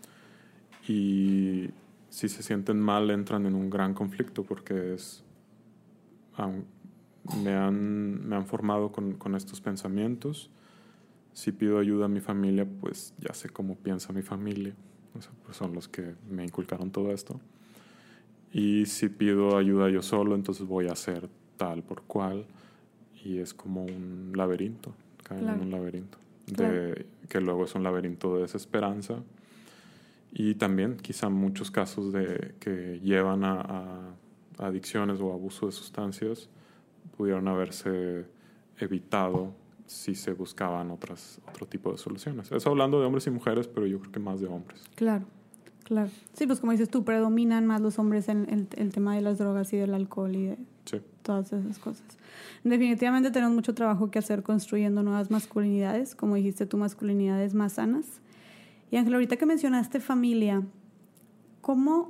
y si se sienten mal entran en un gran conflicto porque es, um, me, han, me han formado con, con estos pensamientos. Si pido ayuda a mi familia, pues ya sé cómo piensa mi familia, o sea, pues son los que me inculcaron todo esto. Y si pido ayuda yo solo, entonces voy a hacer tal por cual. Y es como un laberinto, caen Claro. en un laberinto, de, Claro. que luego es un laberinto de desesperanza. Y también quizá muchos casos de, que llevan a, a adicciones o abuso de sustancias pudieron haberse evitado si se buscaban otras, otro tipo de soluciones. Eso hablando de hombres y mujeres, pero yo creo que más de hombres. Claro, claro. Sí, pues como dices tú, predominan más los hombres en el, el tema de las drogas y del alcohol y de Sí. todas esas cosas. Definitivamente tenemos mucho trabajo que hacer construyendo nuevas masculinidades, como dijiste tú, masculinidades más sanas. Y Ángel, ahorita que mencionaste familia, ¿cómo,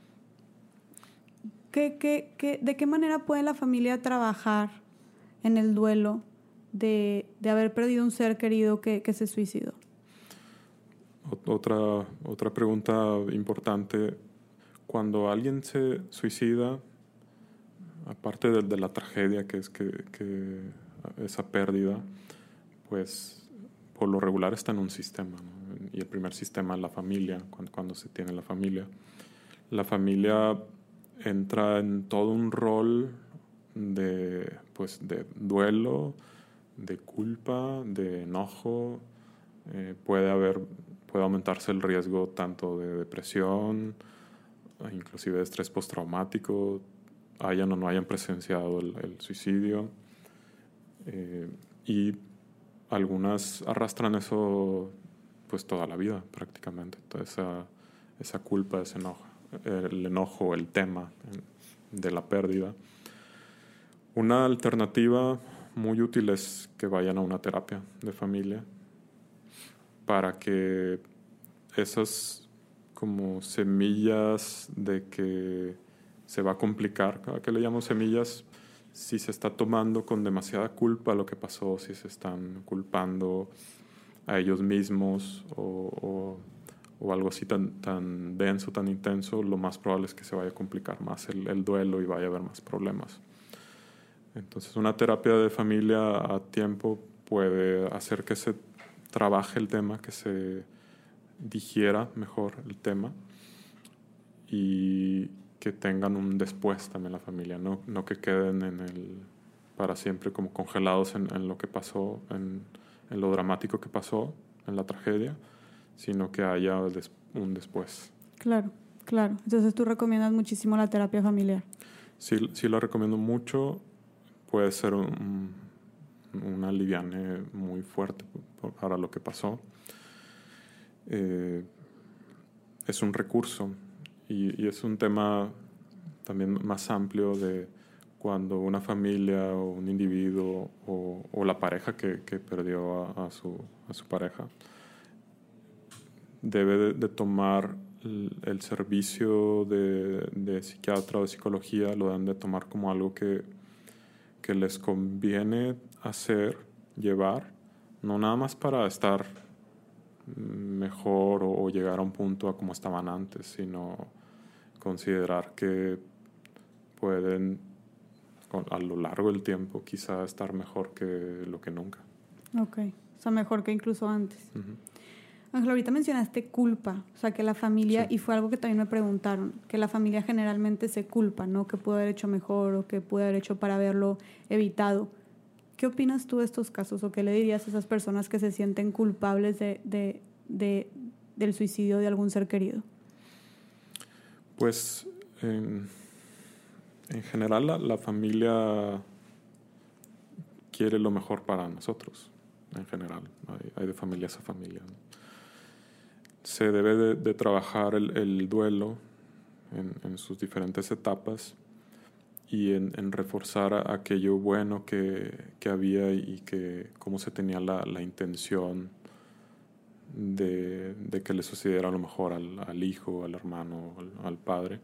qué, qué, qué, de qué manera puede la familia trabajar en el duelo de, de haber perdido un ser querido que, que se suicidó? Otra, otra pregunta importante. Cuando alguien se suicida, aparte de, de la tragedia que es que, que esa pérdida, pues por lo regular está en un sistema, ¿no? Y el primer sistema es la familia, cuando, cuando se tiene la familia. La familia entra en todo un rol de, pues, de duelo, de culpa, de enojo. Eh, puede haber, puede aumentarse el riesgo tanto de depresión, inclusive de estrés postraumático, hayan o no hayan presenciado el, el suicidio. Eh, y algunas arrastran eso pues toda la vida prácticamente, toda esa, esa culpa, ese enojo, el enojo, el tema de la pérdida. Una alternativa muy útil es que vayan a una terapia de familia para que esas como semillas de que se va a complicar, ¿a qué le llamo semillas? Si se está tomando con demasiada culpa lo que pasó, si se están culpando a ellos mismos o, o, o algo así tan, tan denso, tan intenso, lo más probable es que se vaya a complicar más el, el duelo y vaya a haber más problemas. Entonces, una terapia de familia a tiempo puede hacer que se trabaje el tema, que se digiera mejor el tema y que tengan un después también la familia, no, no que queden en el, para siempre como congelados en, en lo que pasó, en, en lo dramático que pasó, en la tragedia, sino que haya des, un después. Claro, claro. Entonces tú recomiendas muchísimo la terapia familiar. Sí, sí la recomiendo mucho. Puede ser un, un aliviane muy fuerte para lo que pasó. Eh, es un recurso y, y es un tema también más amplio de cuando una familia o un individuo o, o la pareja que, que perdió a, a, su, a su pareja debe de, de tomar el, el servicio de, de psiquiatra o de psicología, lo deben de tomar como algo que, que les conviene hacer, llevar, no nada más para estar mejor o, o llegar a un punto a como estaban antes, sino considerar que pueden a lo largo del tiempo quizá estar mejor que lo que nunca. Ok, o sea, mejor que incluso antes. Uh-huh. Ángel, ahorita mencionaste culpa, o sea, que la familia, sí. Y fue algo que también me preguntaron, que la familia generalmente se culpa, ¿no? Que pudo haber hecho mejor o que pudo haber hecho para haberlo evitado. ¿Qué opinas tú de estos casos o qué le dirías a esas personas que se sienten culpables de, de, de, del suicidio de algún ser querido? Pues, en, en general, la, la familia quiere lo mejor para nosotros, en general. Hay, hay de familias a familias, ¿no? Se debe de, de trabajar el, el duelo en, en sus diferentes etapas y en, en reforzar aquello bueno que, que había y que cómo se tenía la, la intención de, de que le sucediera a lo mejor al, al hijo, al hermano, al, al padre,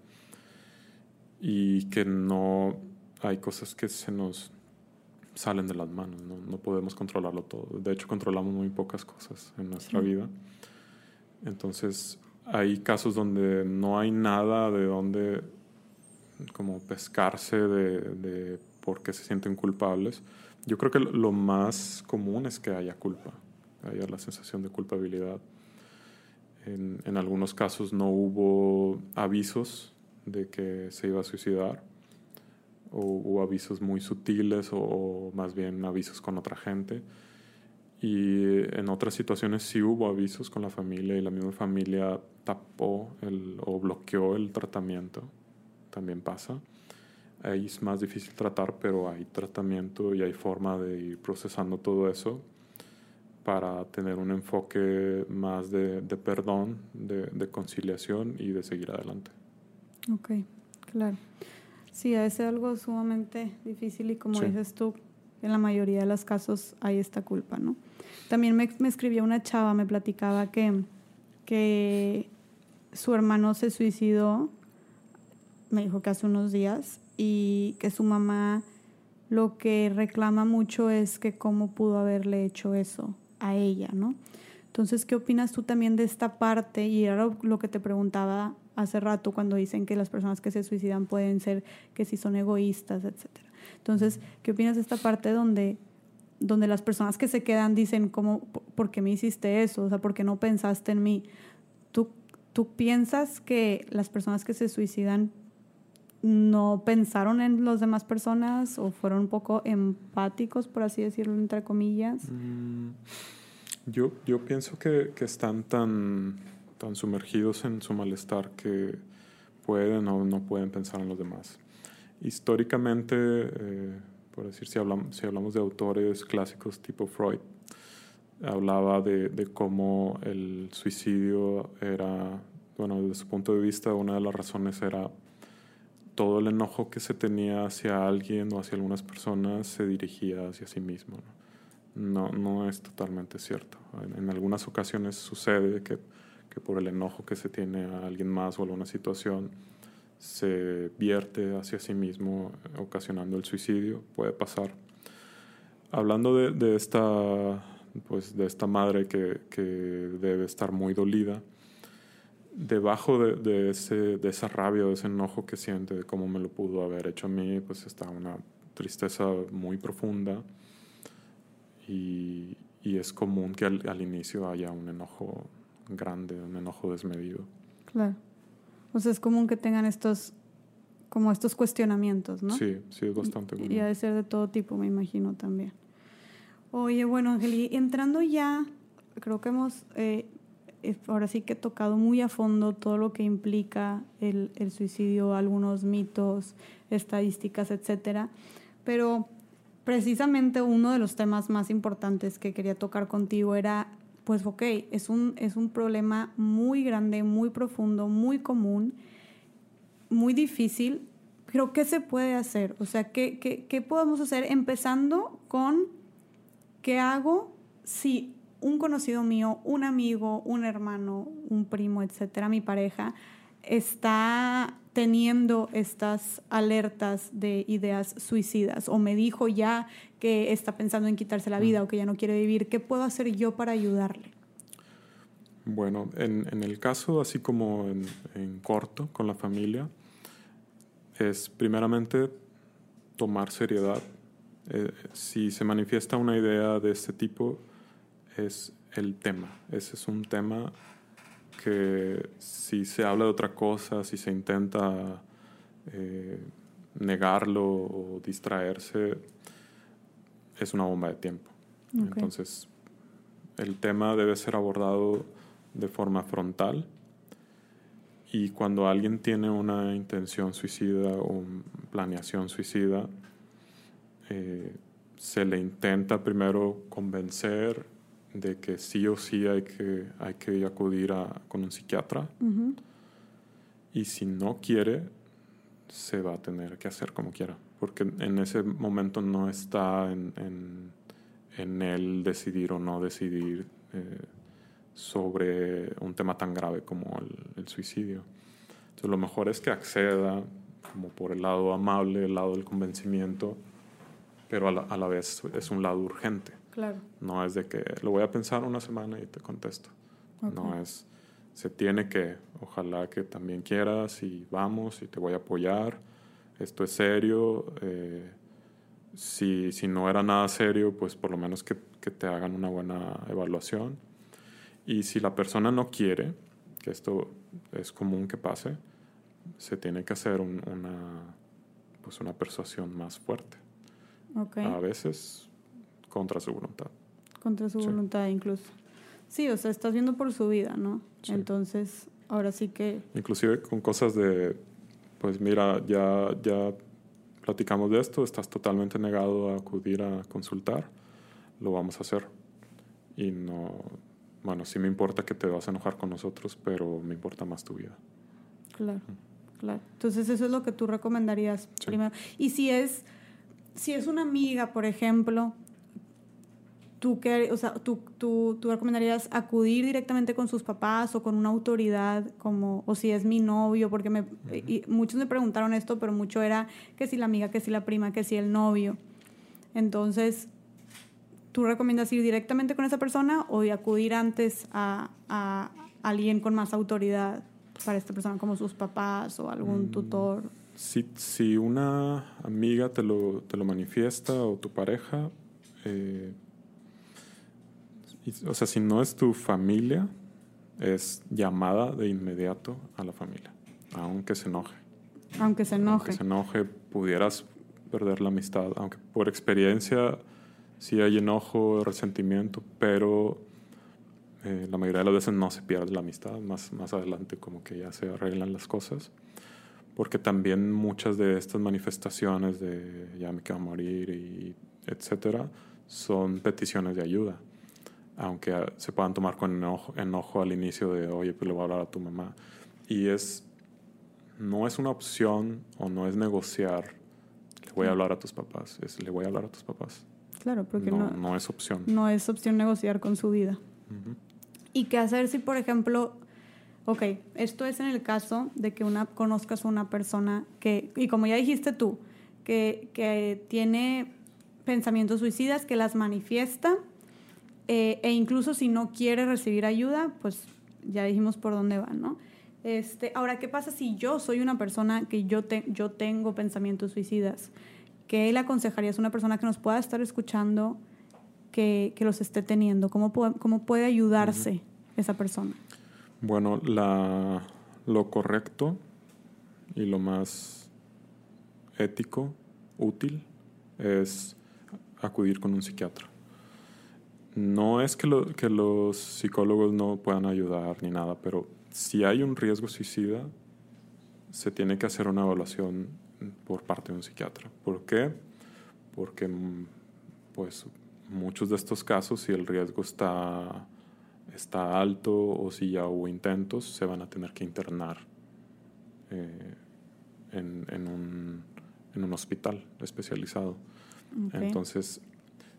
y que no hay cosas que se nos salen de las manos, no, no podemos controlarlo todo. De hecho, controlamos muy pocas cosas en nuestra sí. vida. Entonces, hay casos donde no hay nada de donde como pescarse de, de por qué se sienten culpables. Yo creo que lo más común es que haya culpa, haya la sensación de culpabilidad. En, en algunos casos no hubo avisos de que se iba a suicidar, o hubo avisos muy sutiles o, o más bien avisos con otra gente. Y en otras situaciones sí hubo avisos con la familia y la misma familia tapó el, o bloqueó el tratamiento. También pasa. Ahí es más difícil tratar, pero hay tratamiento y hay forma de ir procesando todo eso para tener un enfoque más de, de perdón, de, de conciliación y de seguir adelante. Ok, claro. Sí, es algo sumamente difícil y como sí. dices tú, en la mayoría de los casos hay esta culpa, ¿no? También me, me escribía una chava, me platicaba que, que su hermano se suicidó, me dijo que hace unos días, y que su mamá lo que reclama mucho es que cómo pudo haberle hecho eso a ella, ¿no? Entonces, ¿qué opinas tú también de esta parte? Y era lo que te preguntaba hace rato cuando dicen que las personas que se suicidan pueden ser que si son egoístas, etcétera. Entonces, ¿qué opinas de esta parte donde, donde las personas que se quedan dicen, ¿cómo, ¿por qué me hiciste eso? O sea, ¿por qué no pensaste en mí? ¿Tú, tú piensas que las personas que se suicidan no pensaron en las demás personas o fueron un poco empáticos, por así decirlo, entre comillas? Mm, yo, yo pienso que, que están tan, tan sumergidos en su malestar que pueden o no pueden pensar en los demás. Históricamente, eh, por decir, si hablamos, si hablamos de autores clásicos tipo Freud, hablaba de, de cómo el suicidio era, bueno, desde su punto de vista, una de las razones era todo el enojo que se tenía hacia alguien o hacia algunas personas se dirigía hacia sí mismo, ¿no? No, no es totalmente cierto. En, en algunas ocasiones sucede que, que por el enojo que se tiene a alguien más o alguna situación se vierte hacia sí mismo, ocasionando el suicidio. Puede pasar. Hablando de, de, esta, pues, de esta madre que, que debe estar muy dolida, debajo de, de, ese, de esa rabia, de ese enojo que siente, de cómo me lo pudo haber hecho a mí, pues está una tristeza muy profunda y, y es común que al, al inicio haya un enojo grande, un enojo desmedido. Claro. O sea, es común que tengan estos, como estos cuestionamientos, ¿no? Sí, sí, es bastante común. Y ha de ser de todo tipo, me imagino también. Oye, bueno, Ángel, entrando ya, creo que hemos... Eh, ahora sí que he tocado muy a fondo todo lo que implica el, el suicidio, algunos mitos, estadísticas, etcétera. Pero precisamente uno de los temas más importantes que quería tocar contigo era, pues ok, es un, es un problema muy grande, muy profundo, muy común, muy difícil, pero ¿qué se puede hacer? O sea, ¿qué, qué, qué podemos hacer? Empezando con, ¿qué hago si un conocido mío, un amigo, un hermano, un primo, etcétera, mi pareja, está teniendo estas alertas de ideas suicidas o me dijo ya que está pensando en quitarse la vida mm. o que ya no quiere vivir, ¿qué puedo hacer yo para ayudarle? Bueno, en, en el caso, así como en, en corto con la familia, es primeramente tomar seriedad. Eh, si se manifiesta una idea de este tipo, es el tema. Ese es un tema que si se habla de otra cosa, si se intenta eh, negarlo o distraerse, es una bomba de tiempo. Okay. Entonces, el tema debe ser abordado de forma frontal y cuando alguien tiene una intención suicida o planeación suicida, eh, se le intenta primero convencer de que sí o sí hay que, hay que acudir a, con un psiquiatra. Uh-huh. Y si no quiere, se va a tener que hacer como quiera. Porque en ese momento no está en, en, en él decidir o no decidir eh, sobre un tema tan grave como el, el suicidio. Entonces lo mejor es que acceda como por el lado amable, el lado del convencimiento, pero a la, a la vez es un lado urgente. Claro. No es de que lo voy a pensar una semana y te contesto. Okay. No es, se tiene que, ojalá que también quieras y vamos y te voy a apoyar. Esto es serio. Eh, si, si no era nada serio, pues por lo menos que, que te hagan una buena evaluación. Y si la persona no quiere, que esto es común que pase, se tiene que hacer un, una, pues una persuasión más fuerte. Okay. A veces contra su voluntad. Contra su sí. voluntad incluso. Sí, o sea, estás viendo por su vida, ¿no? Sí. Entonces, ahora sí que... Inclusive con cosas de, pues mira, ya, ya platicamos de esto, estás totalmente negado a acudir a consultar, lo vamos a hacer. Y no... Bueno, sí me importa que te vas a enojar con nosotros, pero me importa más tu vida. Claro, mm. claro. Entonces, eso es lo que tú recomendarías sí. primero. Y si es, si es una amiga, por ejemplo... ¿Tú, qué, o sea, tú, tú, ¿Tú recomendarías acudir directamente con sus papás o con una autoridad? Como, o si es mi novio, porque me, uh-huh. y muchos me preguntaron esto, pero mucho era que si la amiga, que si la prima, que si el novio. Entonces, ¿tú recomiendas ir directamente con esa persona o acudir antes a, a alguien con más autoridad para esta persona, como sus papás o algún mm. tutor? Si, si una amiga te lo, te lo manifiesta o tu pareja... Eh, o sea, si no es tu familia, es llamada de inmediato a la familia, aunque se enoje. Aunque se enoje. Aunque se enoje, pudieras perder la amistad, aunque por experiencia sí hay enojo, resentimiento, pero eh, la mayoría de las veces no se pierde la amistad, más, más adelante como que ya se arreglan las cosas, porque también muchas de estas manifestaciones de ya me quiero morir y etcétera, son peticiones de ayuda. Aunque se puedan tomar con enojo, enojo al inicio de, oye, pues le voy a hablar a tu mamá. Y es, no es una opción o no es negociar, le voy a hablar a tus papás, es le voy a hablar a tus papás. Claro, porque no, no, no es opción. No es opción negociar con su vida. Uh-huh. ¿Y qué hacer si, por ejemplo, ok, esto es en el caso de que una, conozcas a una persona que, y como ya dijiste tú, que, que tiene pensamientos suicidas, que las manifiesta, Eh, e incluso si no quiere recibir ayuda, pues ya dijimos por dónde van, ¿no? Este, ahora, ¿qué pasa si yo soy una persona que yo, te, yo tengo pensamientos suicidas? ¿Qué le aconsejarías a una persona que nos pueda estar escuchando que, que los esté teniendo? ¿Cómo, puede, cómo puede ayudarse uh-huh. esa persona? Bueno, la, lo correcto y lo más ético, útil, es acudir con un psiquiatra. No es que, lo, que los psicólogos no puedan ayudar ni nada, pero si hay un riesgo suicida, se tiene que hacer una evaluación por parte de un psiquiatra. ¿Por qué? Porque pues, muchos de estos casos, si el riesgo está, está alto o si ya hubo intentos, se van a tener que internar eh, en, en, un, en un hospital especializado. Okay. Entonces...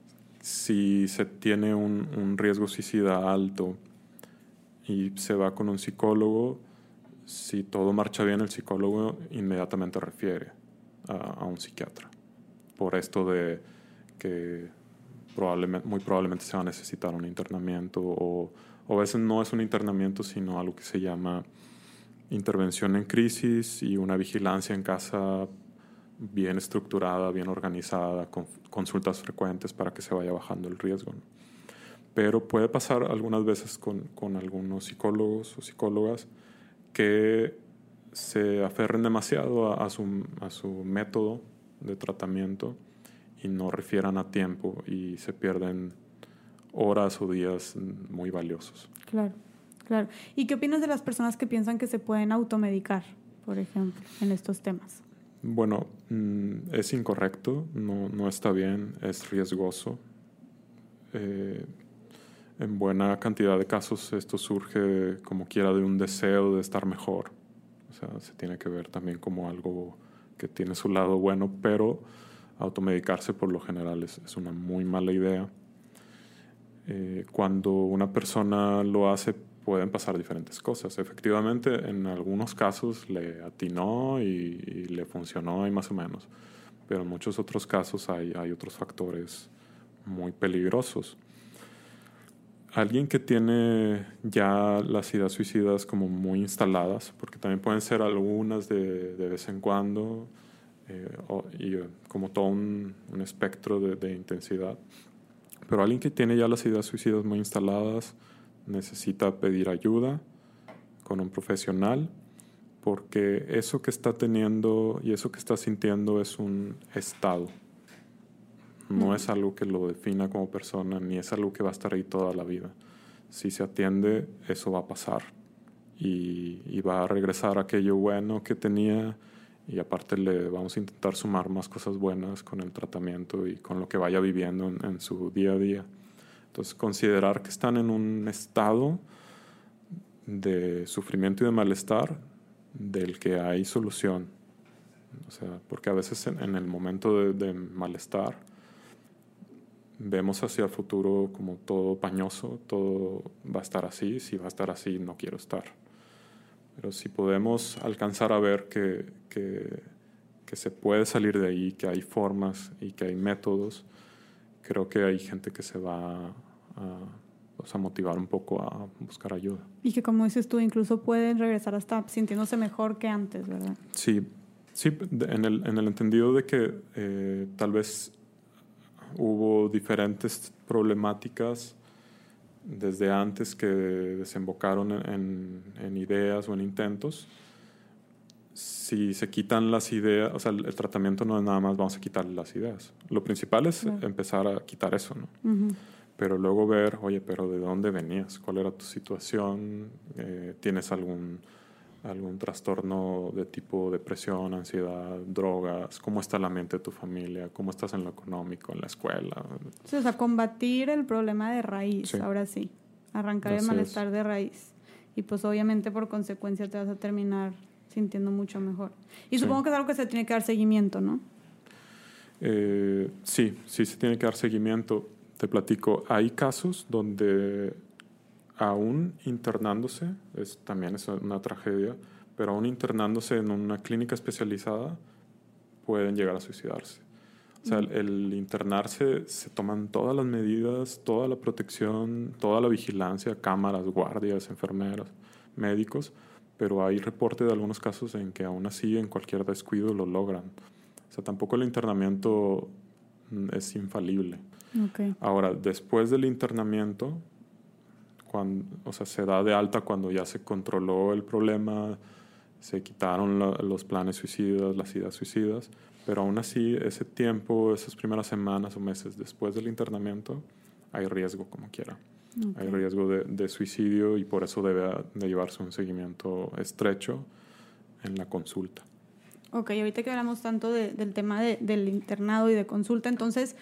si se tiene un, un riesgo suicida alto y se va con un psicólogo, si todo marcha bien, el psicólogo inmediatamente refiere a, a un psiquiatra. Por esto de que probablemente, muy probablemente se va a necesitar un internamiento, o, o a veces no es un internamiento, sino algo que se llama intervención en crisis y una vigilancia en casa bien estructurada, bien organizada, con consultas frecuentes para que se vaya bajando el riesgo, ¿no? Pero puede pasar algunas veces con, con algunos psicólogos o psicólogas que se aferren demasiado a, a, su, a su método de tratamiento y no refieran a tiempo y se pierden horas o días muy valiosos. Claro, claro. ¿Y qué opinas de las personas que piensan que se pueden automedicar, por ejemplo, en estos temas? Bueno, es incorrecto, no, no está bien, es riesgoso. Eh, en buena cantidad de casos esto surge como quiera de un deseo de estar mejor. O sea, se tiene que ver también como algo que tiene su lado bueno, pero automedicarse por lo general es, es una muy mala idea. Eh, cuando una persona lo hace, pueden pasar diferentes cosas. Efectivamente, en algunos casos le atinó y, y le funcionó y más o menos, pero en muchos otros casos hay, hay otros factores muy peligrosos. Alguien que tiene ya las ideas suicidas como muy instaladas, porque también pueden ser algunas de, de vez en cuando, eh, o, y como todo un, un espectro de, de intensidad, pero alguien que tiene ya las ideas suicidas muy instaladas necesita pedir ayuda con un profesional, porque eso que está teniendo y eso que está sintiendo es un estado. No mm. es algo que lo defina como persona, ni es algo que va a estar ahí toda la vida. Si se atiende, eso va a pasar y, y va a regresar aquello bueno que tenía, y aparte le vamos a intentar sumar más cosas buenas con el tratamiento y con lo que vaya viviendo en, en su día a día. Entonces, considerar que están en un estado de sufrimiento y de malestar del que hay solución. O sea, porque a veces en, en el momento de, de malestar vemos hacia el futuro como todo pañoso, todo va a estar así, si va a estar así no quiero estar. Pero si podemos alcanzar a ver que, que, que se puede salir de ahí, que hay formas y que hay métodos, creo que hay gente que se va a, o sea, motivar un poco a buscar ayuda. Y que, como dices tú, incluso pueden regresar hasta sintiéndose mejor que antes, ¿verdad? Sí, sí, en el, en el entendido de que eh, tal vez hubo diferentes problemáticas desde antes que desembocaron en, en ideas o en intentos. Si se quitan las ideas, o sea, el, el tratamiento no es nada más vamos a quitar las ideas. Lo principal es claro. empezar a quitar eso, ¿no? Uh-huh. Pero luego ver, oye, pero ¿de dónde venías? ¿Cuál era tu situación? Eh, ¿Tienes algún, algún trastorno de tipo depresión, ansiedad, drogas? ¿Cómo está la mente de tu familia? ¿Cómo estás en lo económico, en la escuela? Sí, o sea, combatir el problema de raíz, sí. Ahora sí. Arrancar Así el malestar es. de raíz. Y pues obviamente por consecuencia te vas a terminar sintiendo mucho mejor. Y supongo sí. que es algo que se tiene que dar seguimiento, ¿no? Eh, sí, sí se tiene que dar seguimiento. Te platico, hay casos donde aún internándose, es, también es una tragedia, pero aún internándose en una clínica especializada pueden llegar a suicidarse. O sea, mm. el, el internarse se toman todas las medidas, toda la protección, toda la vigilancia, cámaras, guardias, enfermeras, médicos, pero hay reporte de algunos casos en que aún así en cualquier descuido lo logran. O sea, tampoco el internamiento es infalible. Okay. Ahora, después del internamiento, cuando, o sea, se da de alta cuando ya se controló el problema, se quitaron la, los planes suicidas, las ideas suicidas, pero aún así ese tiempo, esas primeras semanas o meses después del internamiento, hay riesgo como quiera. Okay. Hay riesgo de, de suicidio y por eso debe de llevarse un seguimiento estrecho en la consulta. Ok, ahorita que hablamos tanto de, del tema de, del internado y de consulta, entonces,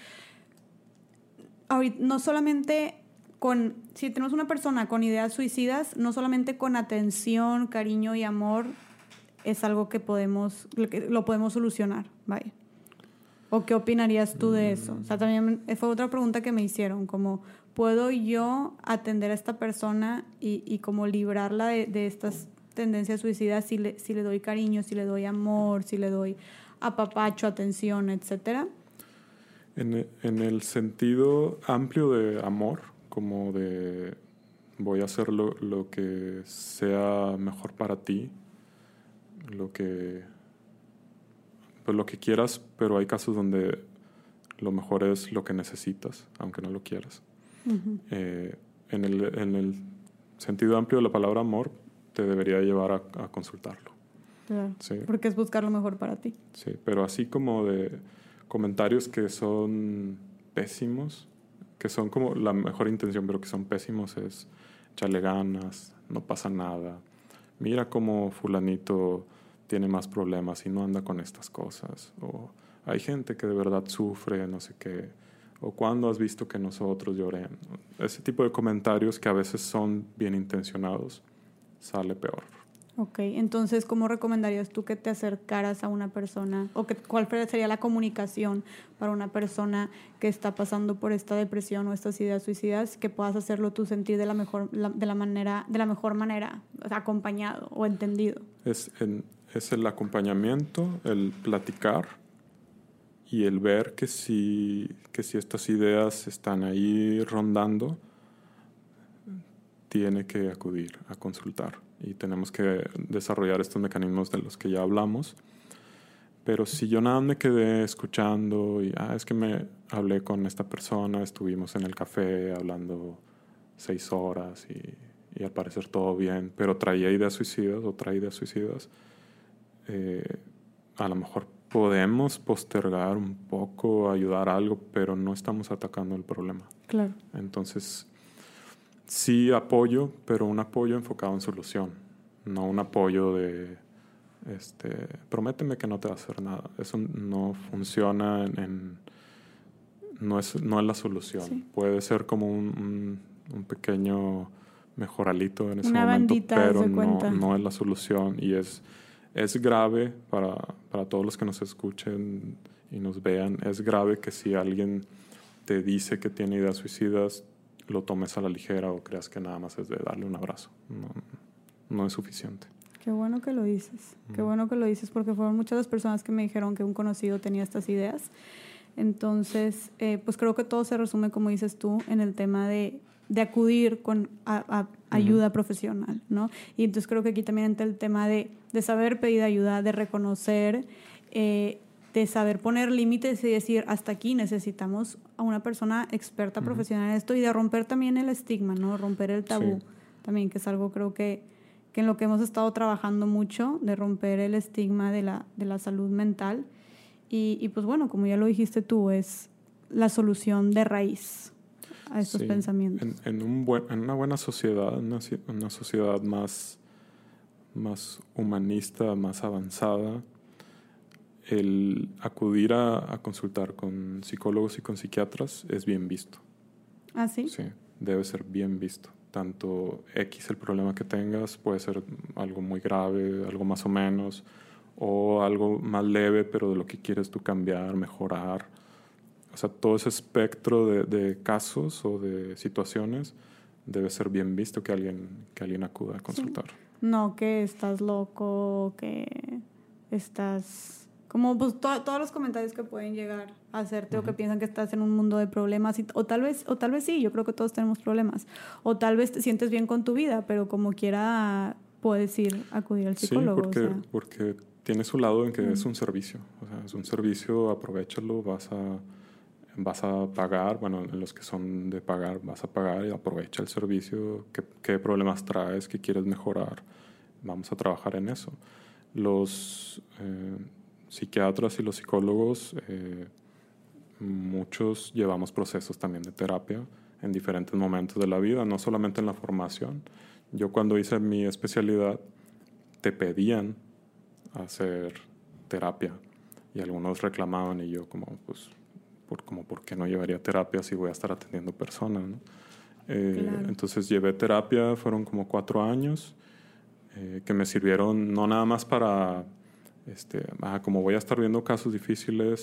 ahorita, no solamente con, si tenemos una persona con ideas suicidas, no solamente con atención, cariño y amor, es algo que podemos, lo podemos solucionar, vaya. ¿O qué opinarías tú de eso? O sea, también fue otra pregunta que me hicieron, como, ¿puedo yo atender a esta persona y, y como librarla de, de estas tendencias suicidas si le, si le doy cariño, si le doy amor, si le doy apapacho, atención, etcétera? En, en el sentido amplio de amor, como de voy a hacer lo, lo que sea mejor para ti, lo que, pues lo que quieras, pero hay casos donde lo mejor es lo que necesitas, aunque no lo quieras. Uh-huh. Eh, en, el, en el sentido amplio de la palabra amor, te debería llevar a, a consultarlo. Claro, sí. Porque es buscar lo mejor para ti. Sí, pero así como de comentarios que son pésimos, que son como la mejor intención, pero que son pésimos, es échale ganas, no pasa nada, mira cómo fulanito tiene más problemas y no anda con estas cosas, o hay gente que de verdad sufre, no sé qué, o cuándo has visto que nosotros lloremos. Ese tipo de comentarios que a veces son bien intencionados, sale peor. Ok, entonces, ¿cómo recomendarías tú que te acercaras a una persona? ¿O que, cuál sería la comunicación para una persona que está pasando por esta depresión o estas ideas suicidas, que puedas hacerlo tú sentir de la mejor, la, de la manera, de la mejor manera, o sea, acompañado o entendido? Es, en, es el acompañamiento, el platicar y el ver que si, que si estas ideas están ahí rondando, tiene que acudir a consultar. Y tenemos que desarrollar estos mecanismos de los que ya hablamos. Pero si yo nada me quedé escuchando y, ah, es que me hablé con esta persona, estuvimos en el café hablando seis horas y, y al parecer todo bien, pero traía ideas suicidas o traía ideas suicidas, eh, a lo mejor podemos postergar un poco, ayudar a algo, pero no estamos atacando el problema. Claro. Entonces, sí apoyo, pero un apoyo enfocado en solución, no un apoyo de, este, prométeme que no te va a hacer nada. Eso no funciona en, en no es, no es la solución. Sí. Puede ser como un, un, un pequeño mejoralito en ese Una momento, bandita, pero no, cuenta. no es la solución y es, es grave para, para todos los que nos escuchen y nos vean. Es grave que si alguien te dice que tiene ideas suicidas, lo tomes a la ligera o creas que nada más es de darle un abrazo. No, no es suficiente. Qué bueno que lo dices. Mm. Qué bueno que lo dices porque fueron muchas las personas que me dijeron que un conocido tenía estas ideas. Entonces, eh, pues creo que todo se resume, como dices tú, en el tema de, de acudir con a, a ayuda uh-huh. profesional, ¿no? Y entonces creo que aquí también entra el tema de, de saber pedir ayuda, de reconocer, eh, de saber poner límites y decir, hasta aquí necesitamos a una persona experta, uh-huh. profesional en esto, y de romper también el estigma, ¿no? Romper el tabú, sí. También, que es algo creo que, que en lo que hemos estado trabajando mucho, de romper el estigma de la, de la salud mental. Y, y pues bueno, como ya lo dijiste tú, es la solución de raíz a estos sí. pensamientos. En, en, un buen, en una buena sociedad, una, una sociedad más, más humanista, más avanzada, el acudir a, a consultar con psicólogos y con psiquiatras es bien visto. ¿Ah, sí? Sí, debe ser bien visto. Tanto X el problema que tengas, puede ser algo muy grave, algo más o menos, o algo más leve, pero de lo que quieres tú cambiar, mejorar. O sea, todo ese espectro de, de casos o de situaciones debe ser bien visto que alguien, que alguien acuda a consultar. Sí. No que estás loco, que estás... Como pues to- todos los comentarios que pueden llegar a hacerte, uh-huh. o que piensan que estás en un mundo de problemas, y, o, tal vez, o tal vez sí, yo creo que todos tenemos problemas. O tal vez te sientes bien con tu vida, pero como quiera puedes ir a acudir al psicólogo. Sí, porque, o sea. porque tiene su lado en que uh-huh. es un servicio. O sea, es un servicio, aprovéchalo, vas a, vas a pagar, bueno, en los que son de pagar, vas a pagar y aprovecha el servicio, qué, qué problemas traes, qué quieres mejorar, vamos a trabajar en eso. Los... Eh, psiquiatras y los psicólogos, eh, muchos llevamos procesos también de terapia en diferentes momentos de la vida, no solamente en la formación. Yo cuando hice mi especialidad te pedían hacer terapia y algunos reclamaban y yo como, pues, por, como, ¿por qué no llevaría terapia si voy a estar atendiendo personas, ¿no? Eh, claro. Entonces llevé terapia, fueron como cuatro años eh, que me sirvieron no nada más para... Este, ah, como voy a estar viendo casos difíciles,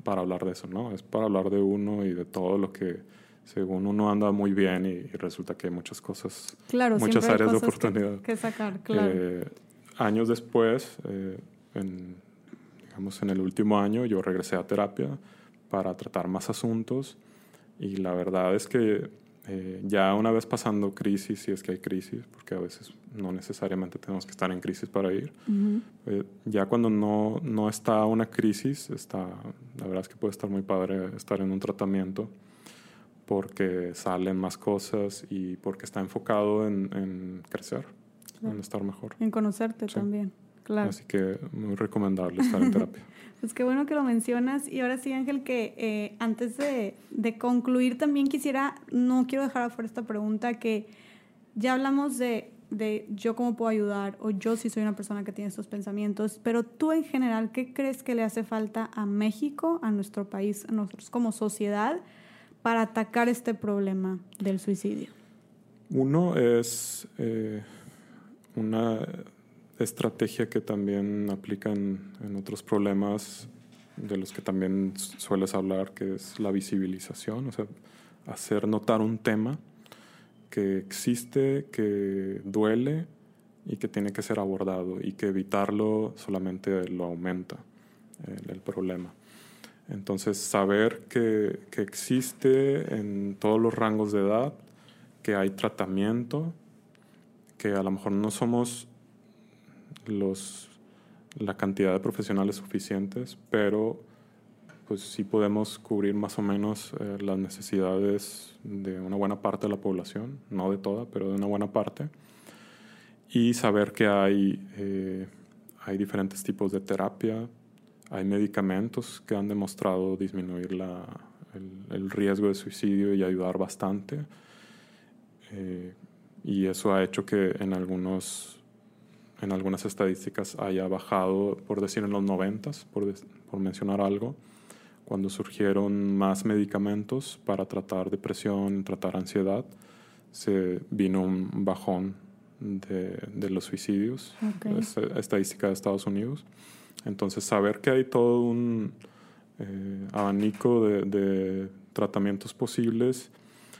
para hablar de eso, ¿no? Es para hablar de uno y de todo lo que, según uno anda muy bien, y, y resulta que hay muchas cosas, claro, muchas hay áreas de cosas oportunidad. Que, que sacar, claro. Eh, años después, eh, en, digamos en el último año, yo regresé a terapia para tratar más asuntos, y la verdad es que eh, ya una vez pasando crisis, si es que hay crisis, porque a veces no necesariamente tenemos que estar en crisis para ir, uh-huh. eh, ya cuando no, no está una crisis, está, la verdad es que puede estar muy padre estar en un tratamiento, porque salen más cosas y porque está enfocado en, en crecer, claro. En estar mejor. En conocerte sí. También, claro. Así que muy recomendable estar en terapia. Pues qué bueno que lo mencionas. Y ahora sí, Ángel, que eh, antes de, de concluir también quisiera, no quiero dejar afuera esta pregunta, que ya hablamos de, de yo cómo puedo ayudar, o yo sí soy una persona que tiene estos pensamientos, pero tú en general, ¿qué crees que le hace falta a México, a nuestro país, a nosotros como sociedad, para atacar este problema del suicidio? Uno es eh, una estrategia que también aplica en, en otros problemas de los que también sueles hablar, que es la visibilización, o sea, hacer notar un tema que existe, que duele y que tiene que ser abordado, y que evitarlo solamente lo aumenta el, el problema. Entonces, saber que, que existe en todos los rangos de edad, que hay tratamiento, que a lo mejor no somos los, la cantidad de profesionales suficientes, pero pues sí podemos cubrir más o menos eh, las necesidades de una buena parte de la población, no de toda, pero de una buena parte, y saber que hay, eh, hay diferentes tipos de terapia. Hay medicamentos que han demostrado disminuir la, el, el riesgo de suicidio y ayudar bastante. Eh, y eso ha hecho que en, algunos, en algunas estadísticas haya bajado, por decir en los noventas, por, de, por mencionar algo, cuando surgieron más medicamentos para tratar depresión, tratar ansiedad, se vino un bajón de, de los suicidios, okay. Es estadística de Estados Unidos. Entonces, saber que hay todo un eh, abanico de, de tratamientos posibles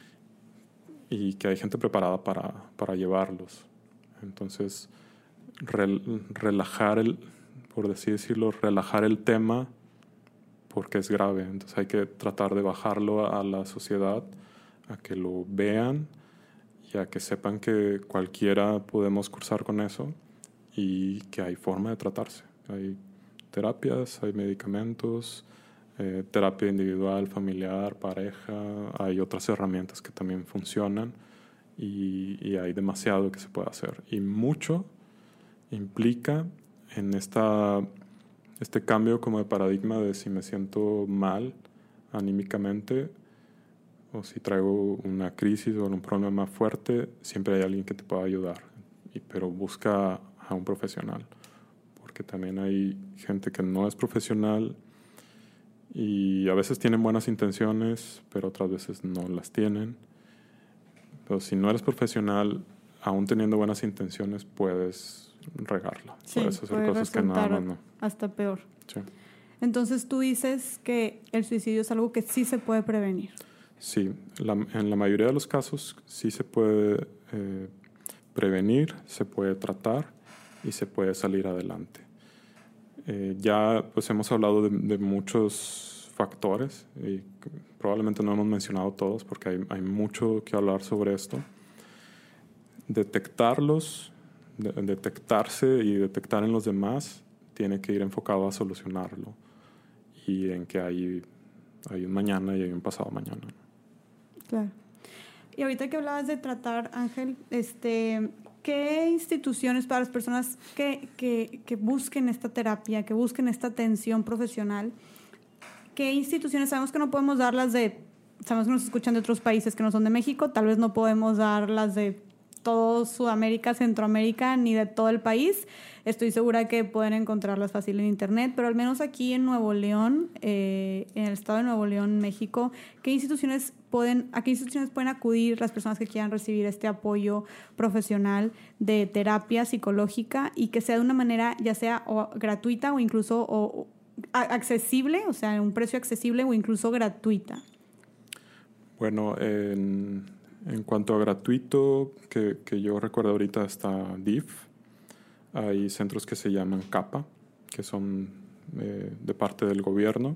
y que hay gente preparada para, para llevarlos. Entonces, rel, relajar el, por así decirlo, relajar el tema porque es grave. Entonces, hay que tratar de bajarlo a la sociedad, a que lo vean y a que sepan que cualquiera podemos cursar con eso y que hay forma de tratarse. Hay terapias, hay medicamentos, eh, terapia individual, familiar, pareja, hay otras herramientas que también funcionan, y, y hay demasiado que se puede hacer. Y mucho implica en esta, este cambio como de paradigma de si me siento mal anímicamente o si traigo una crisis o un problema fuerte, siempre hay alguien que te pueda ayudar, y, pero busca a un profesional. Que también hay gente que no es profesional y a veces tienen buenas intenciones, pero otras veces no las tienen. Pero si no eres profesional, aún teniendo buenas intenciones, puedes regarla. Sí, puedes hacer puede cosas que nada más no. Hasta peor. Sí. Entonces tú dices que el suicidio es algo que sí se puede prevenir. Sí, la, en la mayoría de los casos sí se puede eh, prevenir, se puede tratar y se puede salir adelante. Eh, ya pues hemos hablado de, de muchos factores y probablemente no hemos mencionado todos porque hay, hay mucho que hablar sobre esto. Detectarlos, de, detectarse y detectar en los demás tiene que ir enfocado a solucionarlo y en que hay, hay un mañana y hay un pasado mañana. Claro. Y ahorita que hablabas de tratar, Ángel, este... ¿qué instituciones para las personas que, que, que busquen esta terapia, que busquen esta atención profesional, qué instituciones? Sabemos que no podemos darlas de, sabemos que nos escuchan de otros países que no son de México, tal vez no podemos darlas de todo Sudamérica, Centroamérica, ni de todo el país. Estoy segura que pueden encontrarlas fácil en internet, pero al menos aquí en Nuevo León, eh, en el estado de Nuevo León, México, ¿qué instituciones pueden, ¿a qué instituciones pueden acudir las personas que quieran recibir este apoyo profesional de terapia psicológica y que sea de una manera ya sea o gratuita o incluso o accesible, o sea, un precio accesible o incluso gratuita? Bueno, en, en cuanto a gratuito, que, que yo recuerdo ahorita está D I F. Hay centros que se llaman CAPA, que son eh, de parte del gobierno.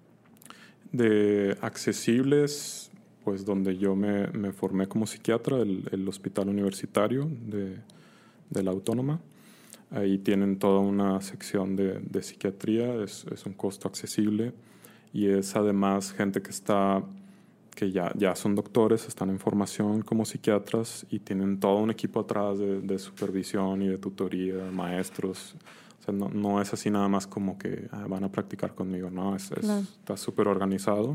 De accesibles, pues donde yo me, me formé como psiquiatra, el, el Hospital Universitario de, de la Autónoma. Ahí tienen toda una sección de, de psiquiatría, es, es un costo accesible y es además gente que está, que ya, ya son doctores, están en formación como psiquiatras y tienen todo un equipo atrás de, de supervisión y de tutoría, maestros. O sea, no, no es así nada más como que ah, van a practicar conmigo, no, es, es, claro. Está súper organizado.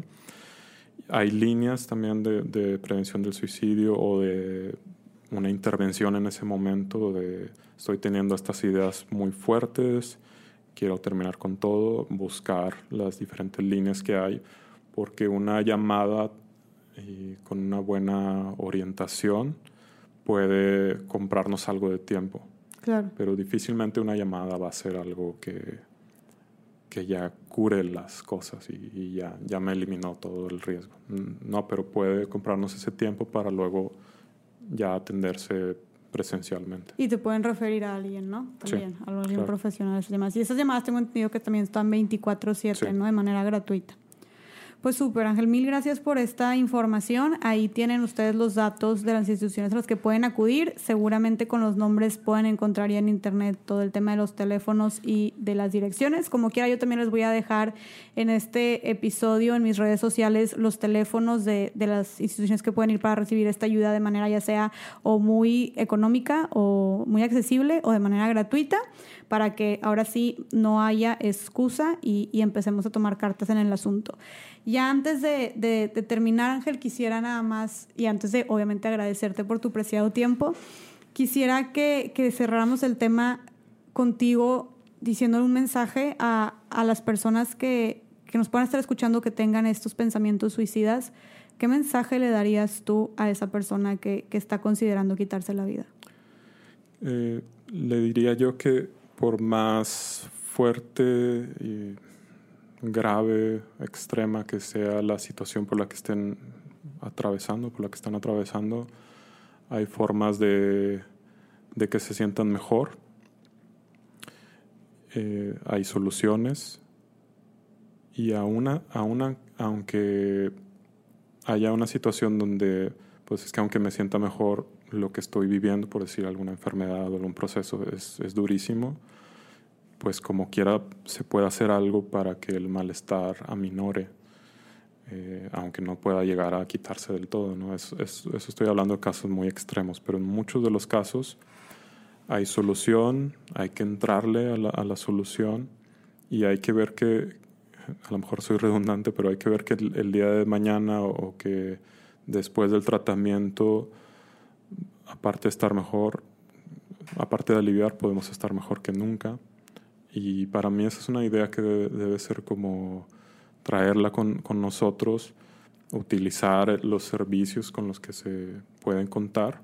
Hay líneas también de, de prevención del suicidio o de una intervención en ese momento de estoy teniendo estas ideas muy fuertes, quiero terminar con todo, buscar las diferentes líneas que hay, porque una llamada y con una buena orientación puede comprarnos algo de tiempo. Claro. Pero difícilmente una llamada va a ser algo que, que ya cure las cosas y, y ya, ya me eliminó todo el riesgo. No, pero puede comprarnos ese tiempo para luego ya atenderse presencialmente. Y te pueden referir a alguien, ¿no? También, sí, a alguien claro. profesional. Esas llamadas. Y esas llamadas tengo entendido que también están veinticuatro siete, sí. ¿no? De manera gratuita. Pues súper, Ángel, mil gracias por esta información. Ahí tienen ustedes los datos de las instituciones a las que pueden acudir. Seguramente con los nombres pueden encontrar ya en internet todo el tema de los teléfonos y de las direcciones. Como quiera, yo también les voy a dejar en este episodio, en mis redes sociales, los teléfonos de, de las instituciones que pueden ir para recibir esta ayuda de manera ya sea o muy económica o muy accesible o de manera gratuita, para que ahora sí no haya excusa y, y empecemos a tomar cartas en el asunto. Ya antes de, de, de terminar, Ángel, quisiera nada más, y antes de obviamente agradecerte por tu preciado tiempo, quisiera que, que cerráramos el tema contigo diciéndole un mensaje a, a las personas que, que nos puedan estar escuchando que tengan estos pensamientos suicidas. ¿Qué mensaje le darías tú a esa persona que, que está considerando quitarse la vida? Eh, le diría yo que por más fuerte y grave, extrema que sea la situación por la que estén atravesando, por la que están atravesando, hay formas de, de que se sientan mejor. Eh, hay soluciones y aún, aún, aunque haya una situación donde, pues es que aunque me sienta mejor, lo que estoy viviendo, por decir alguna enfermedad o algún proceso, es, es durísimo, pues como quiera se puede hacer algo para que el malestar aminore, eh, aunque no pueda llegar a quitarse del todo, ¿no? Es, es, eso estoy hablando de casos muy extremos, pero en muchos de los casos hay solución, hay que entrarle a la, a la solución y hay que ver que, a lo mejor soy redundante, pero hay que ver que el, el día de mañana o, o que después del tratamiento, aparte de estar mejor, aparte de aliviar, podemos estar mejor que nunca. Y para mí esa es una idea que debe, debe ser como traerla con, con nosotros, utilizar los servicios con los que se pueden contar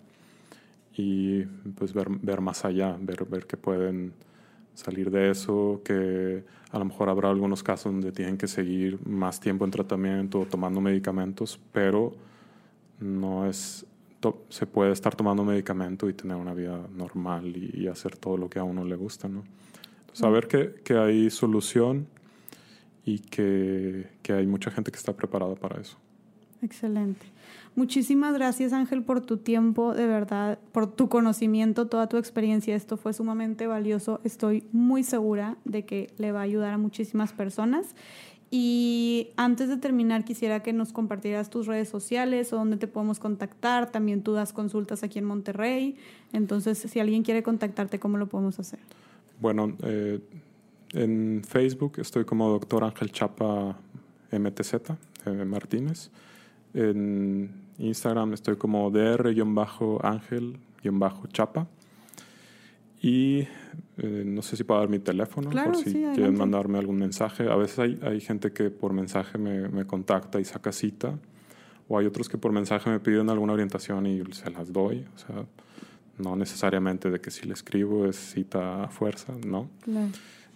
y pues ver, ver más allá, ver, ver que pueden salir de eso, que a lo mejor habrá algunos casos donde tienen que seguir más tiempo en tratamiento o tomando medicamentos, pero no es, to, se puede estar tomando medicamento y tener una vida normal y, y hacer todo lo que a uno le gusta, ¿no? Saber que, que hay solución y que, que hay mucha gente que está preparada para eso. Excelente. Muchísimas gracias, Ángel, por tu tiempo, de verdad, por tu conocimiento, toda tu experiencia. Esto fue sumamente valioso. Estoy muy segura de que le va a ayudar a muchísimas personas. Y antes de terminar, quisiera que nos compartieras tus redes sociales o dónde te podemos contactar. También tú das consultas aquí en Monterrey. Entonces, si alguien quiere contactarte, ¿cómo lo podemos hacer? Bueno, eh, en Facebook estoy como doctor Ángel Chapa M T Z, eh, Martínez. En Instagram estoy como dr-ángel-chapa. Y eh, no sé si puedo dar mi teléfono, claro, por si sí, quieren adelante. mandarme algún mensaje. A veces hay, hay gente que por mensaje me, me contacta y saca cita. O hay otros que por mensaje me piden alguna orientación y se las doy. O sea, no necesariamente de que si le escribo es cita a fuerza, ¿no? Claro.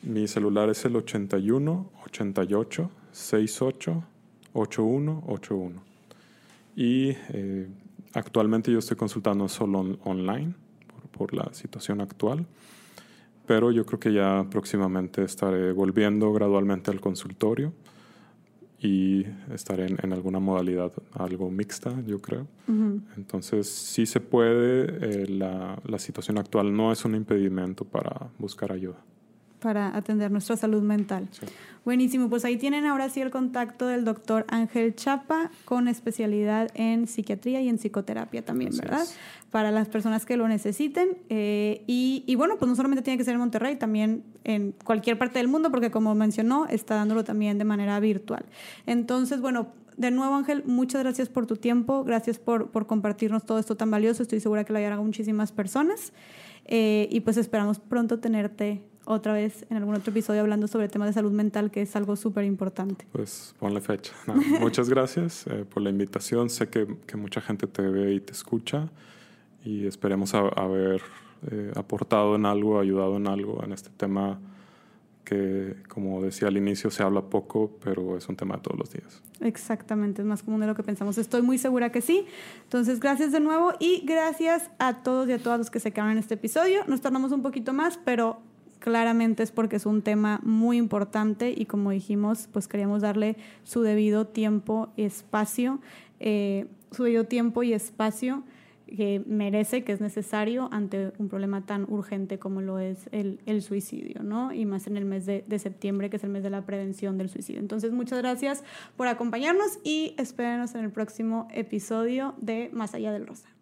Mi celular es el ochenta y uno, ochenta y ocho, sesenta y ocho, ochenta y uno ochenta y uno. Y eh, actualmente yo estoy consultando solo on- online por, por la situación actual, pero yo creo que ya próximamente estaré volviendo gradualmente al consultorio y estaré en, en alguna modalidad algo mixta, yo creo. Uh-huh. Entonces, sí se puede. Eh, la, la situación actual no es un impedimento para buscar ayuda. Para atender nuestra salud mental. Sí. Buenísimo, pues ahí tienen ahora sí el contacto del doctor Ángel Chapa, con especialidad en psiquiatría y en psicoterapia también, Así ¿verdad? Es. Para las personas que lo necesiten. Eh, y, y bueno, pues no solamente tiene que ser en Monterrey, también en cualquier parte del mundo, porque como mencionó, está dándolo también de manera virtual. Entonces, bueno, de nuevo, Ángel, muchas gracias por tu tiempo, gracias por, por compartirnos todo esto tan valioso. Estoy segura que lo ayudará a muchísimas personas. Eh, y pues esperamos pronto tenerte otra vez en algún otro episodio hablando sobre temas de salud mental, que es algo súper importante. Pues ponle fecha. No, muchas gracias eh, por la invitación. Sé que, que mucha gente te ve y te escucha y esperemos a, haber eh, aportado en algo, ayudado en algo en este tema que, como decía al inicio, se habla poco, pero es un tema de todos los días. Exactamente, es más común de lo que pensamos. Estoy muy segura que sí. Entonces, gracias de nuevo y gracias a todos y a todas los que se quedaron en este episodio. Nos tardamos un poquito más, pero claramente es porque es un tema muy importante y, como dijimos, pues queríamos darle su debido tiempo y espacio, eh, su debido tiempo y espacio que merece, que es necesario ante un problema tan urgente como lo es el, el suicidio, ¿no? Y más en el mes de, de septiembre, que es el mes de la prevención del suicidio. Entonces, muchas gracias por acompañarnos y espérenos en el próximo episodio de Más Allá del Rosa.